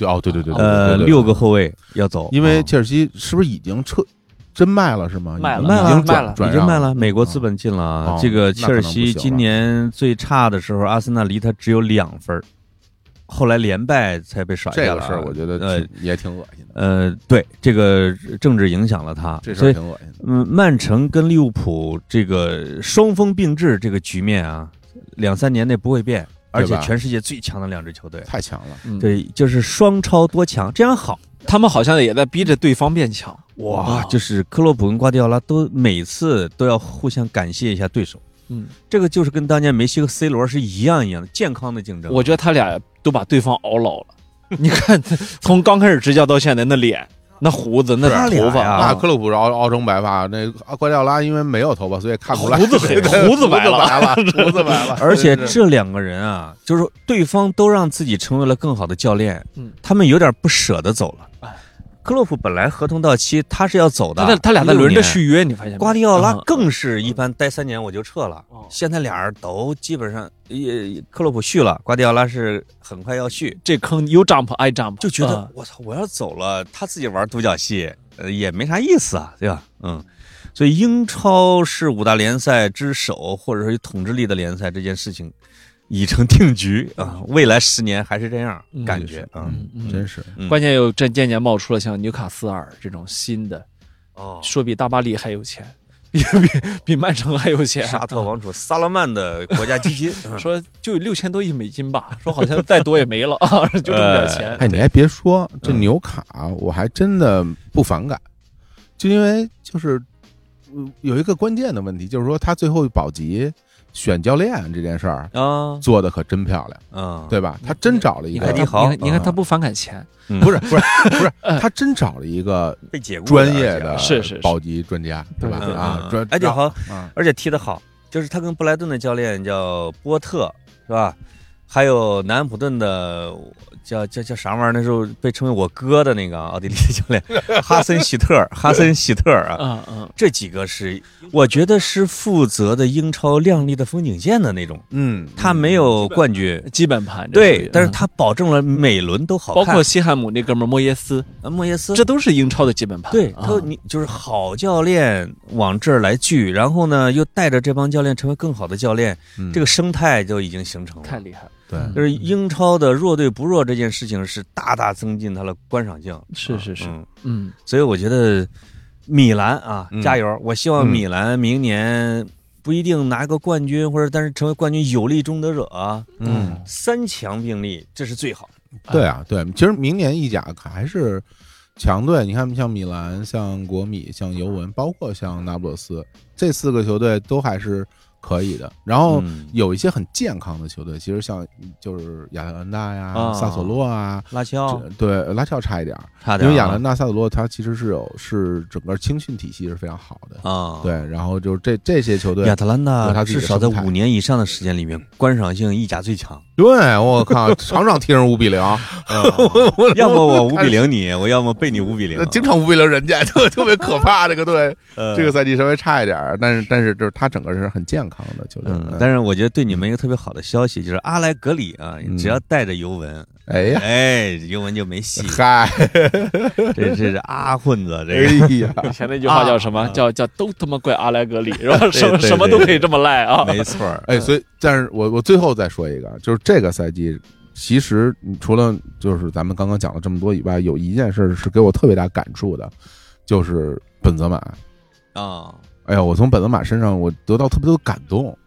，6个后卫要走， 因为切尔西是不是已经真卖了是吗？ 卖了， 已经卖了。美国资本进了。这个切尔西今年最差的时候，阿森纳离他只有2分，后来连败才被甩下了。 这个事儿我觉得也挺恶心的。 对，这个政治影响了他， 这事儿挺恶心的。 曼城跟利物浦这个双峰并峙这个局面啊，2-3年内不会变，而且全世界最强的2支球队， 太强了。 对，就是双超多强，这样好。 他们好像也在逼着对方变强。 哇，就是克洛普跟瓜迪奥拉都每次都要互相感谢一下对手。这个就是跟当年梅西和 C 罗是一样的健康的竞争。 我觉得他俩都把对方熬老了。你看，从刚开始执教到现在，那脸、那胡子、那头发啊，克洛普熬成白发，那瓜迪奥拉因为没有头发，所以看不出来。 胡子白了。 而且这2个人啊，就是对方都让自己成为了更好的教练，他们有点不舍得走了。克洛普本来合同到期，他是要走的， 他俩在轮着续约，你发现吗？ 瓜迪奥拉更是一般待3年我就撤了。现在俩人都基本上，克洛普续了，瓜迪奥拉是很快要续。 这坑有 jump I jump， 就觉得我操，我要走了，他自己玩独角戏，也没啥意思啊，对吧？所以英超是5大联赛之首，或者说统治力的联赛，这件事情已成定局啊！未来10年还是这样感觉真是。 关键又渐渐冒出了像纽卡斯尔这种新的，说比大巴黎还有钱，比曼城还有钱。 沙特王储萨勒曼的国家基金说就有6000多亿美金吧，说好像再多也没了啊，就这么点钱。 哎，你还别说，这纽卡我还真的不反感，就因为就是有一个关键的问题，就是说他最后保级选教练这件事儿做的可真漂亮，对吧？他真找了一个， 你看他不反感钱， 不是，他真找了一个被解雇专业的是保级专家，对吧？ 而且好，而且踢得好，就是他跟布莱顿的教练叫波特，是吧？还有南安普顿的叫啥玩意儿？那时候被称为我哥的那个奥地利的教练哈森希特啊，这几个是我觉得是负责的英超亮丽的风景线的那种，他没有冠军基本盘， 对，但是他保证了每轮都好看， 包括西汉姆那哥们莫耶斯，这都是英超的基本盘。 对，你就是好教练往这儿来聚，然后呢又带着这帮教练成为更好的教练，这个生态就已经形成了， 太厉害了。 对， 就是英超的弱队不弱这件事情是大大增进它的观赏性。 是， 所以我觉得米兰啊，加油！我希望米兰明年不一定拿个冠军，或者但是成为冠军有力终得者啊。3强并立，这是最好。 对啊，对，其实明年意甲还是强队，你看像米兰、像国米、像尤文，包括像那不勒斯，这4个球队都还是可以的。然后有一些很健康的球队，其实像就是亚特兰大呀、萨索洛啊、 拉乔， 对，拉乔差一点，因为亚特兰大、萨索洛它其实是整个青训体系是非常好的啊。对，然后就是这些球队， 亚特兰大至少在5年以上的时间里面，观赏性意甲最强。 对，我靠，场场踢成5-0， 要么我5-0你，我要么被你5-0， 经常5-0人家，特别可怕。这个队这个赛季稍微差一点，但是就是他整个是很健康的球队。 但是我觉得对你们一个特别好的消息就是阿莱格里啊，只要带着尤文，尤文就没戏。 嗨， 这是阿混子，这个以前那句话叫什么？叫都他妈怪阿莱格里，是吧？什么都可以这么赖啊， 没错。 所以但是我最后再说一个，就是这个赛季其实除了就是咱们刚刚讲了这么多以外，有一件事是给我特别大感触的，就是本泽马啊。哎呀，我从本泽马身上我得到特别多感动。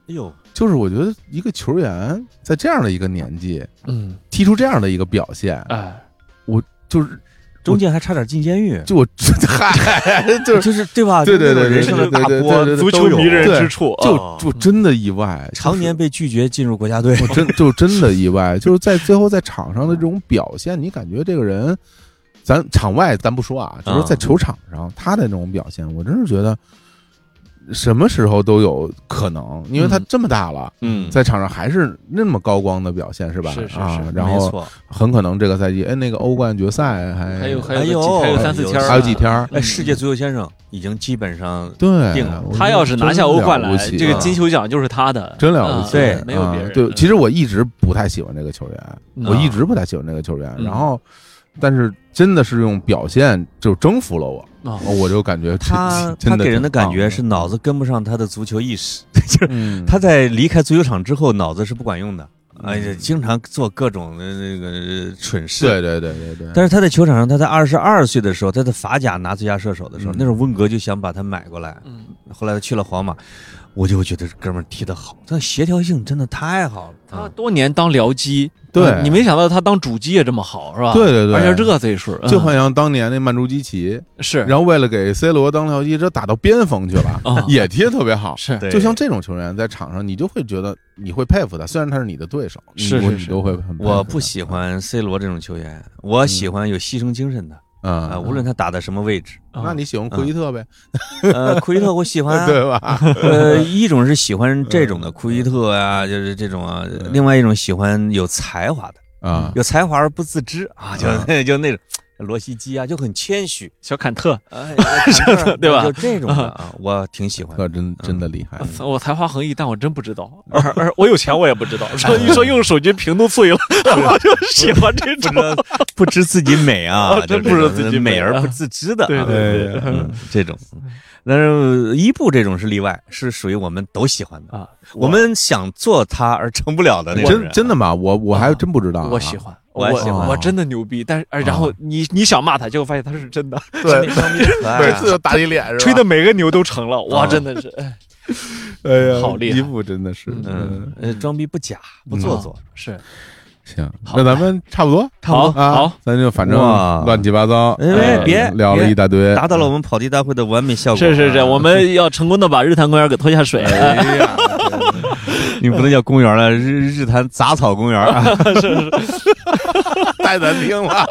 就是我觉得一个球员在这样的一个年纪，踢出这样的一个表现，我就是中间还差点进监狱， 就我嗨， 就是对吧？ 对， 人生的大波， 足球迷人之处， 就真的意外， 常年被拒绝进入国家队， 我真的意外，就是在最后在场上的这种表现，你感觉这个人，咱场外咱不说啊，就是在球场上他的这种表现，我真是觉得。什么时候都有可能，因为他这么大了，在场上还是那么高光的表现，是吧？ 是， 然后很可能这个赛季，那个欧冠决赛还有 3-4天， 还有几天。 世界足球先生已经基本上对定了， 他要是拿下欧冠来，这个金球奖就是他的， 真了不起。 对， 没有别人。 对，其实我一直不太喜欢这个球员，然后，但是真的是用表现就征服了我。我就感觉他给人的感觉是脑子跟不上他的足球意识，就是他在离开足球场之后脑子是不管用的，经常做各种的那个蠢事。 对。 但是他在球场上，他在22岁的时候，他的法甲拿最佳射手的时候，那时候温格就想把他买过来，后来他去了皇马。我就觉得哥们儿踢得好，他协调性真的太好了。 他多年当僚机， 对， 你没想到他当主机也这么好，是吧？ 对， 而且这岁数， 就好像当年那曼朱基奇是， 然后为了给 C 罗当僚机，这打到边锋去了，也踢得特别好。 是， 就像这种球员在场上，你就会觉得你会佩服他，虽然他是你的对手，你都会很佩服他。 我不喜欢 C 罗这种球员，我喜欢有牺牲精神的。无论他打的什么位置， 那你喜欢库伊特呗？ 库伊特我喜欢， 对吧？ 一种是喜欢这种的库伊特啊，就是这种啊；另外一种喜欢有才华的啊， 有才华而不自知啊，就那种罗西基啊，就很谦虚， 小坎特， 对吧？就这种的啊，我挺喜欢。 真的厉害， 我才华横溢，但我真不知道，而我有钱我也不知道。一说用手机屏都碎了，我就喜欢这种不知自己美啊， 真不知自己美而不自知的， 对， 这种。但是伊布这种是例外，是属于我们都喜欢的啊。我们想做他而成不了的那种人。 真的吗？我还真不知道。 我喜欢， 我真的牛逼。但是然后你想骂他，结果发现他是真的。 对，每次都打你脸，是吧？ 吹的每个牛都成了，哇，真的是， 哎呀， 好厉害！ 伊布真的是， 装逼不假，不做作， 是。 行，那咱们差不多好， 咱就反正乱七八糟， 别聊了一大堆， 达到了我们跑题大会的完美效果。 是，我们要成功的把日坛公园给拖下水。 哎呀，你不能叫公园了，日坛杂草公园， 是， 太难听了。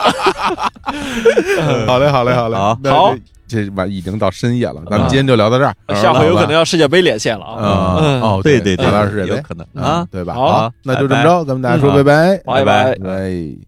好嘞， 好。 这晚已经到深夜了，咱们今天就聊到这儿。 下回有可能要世界杯连线了啊！ 对， 有世界杯可能啊， 对吧？ 好， 那就这么着，咱们大家说拜拜， 拜拜。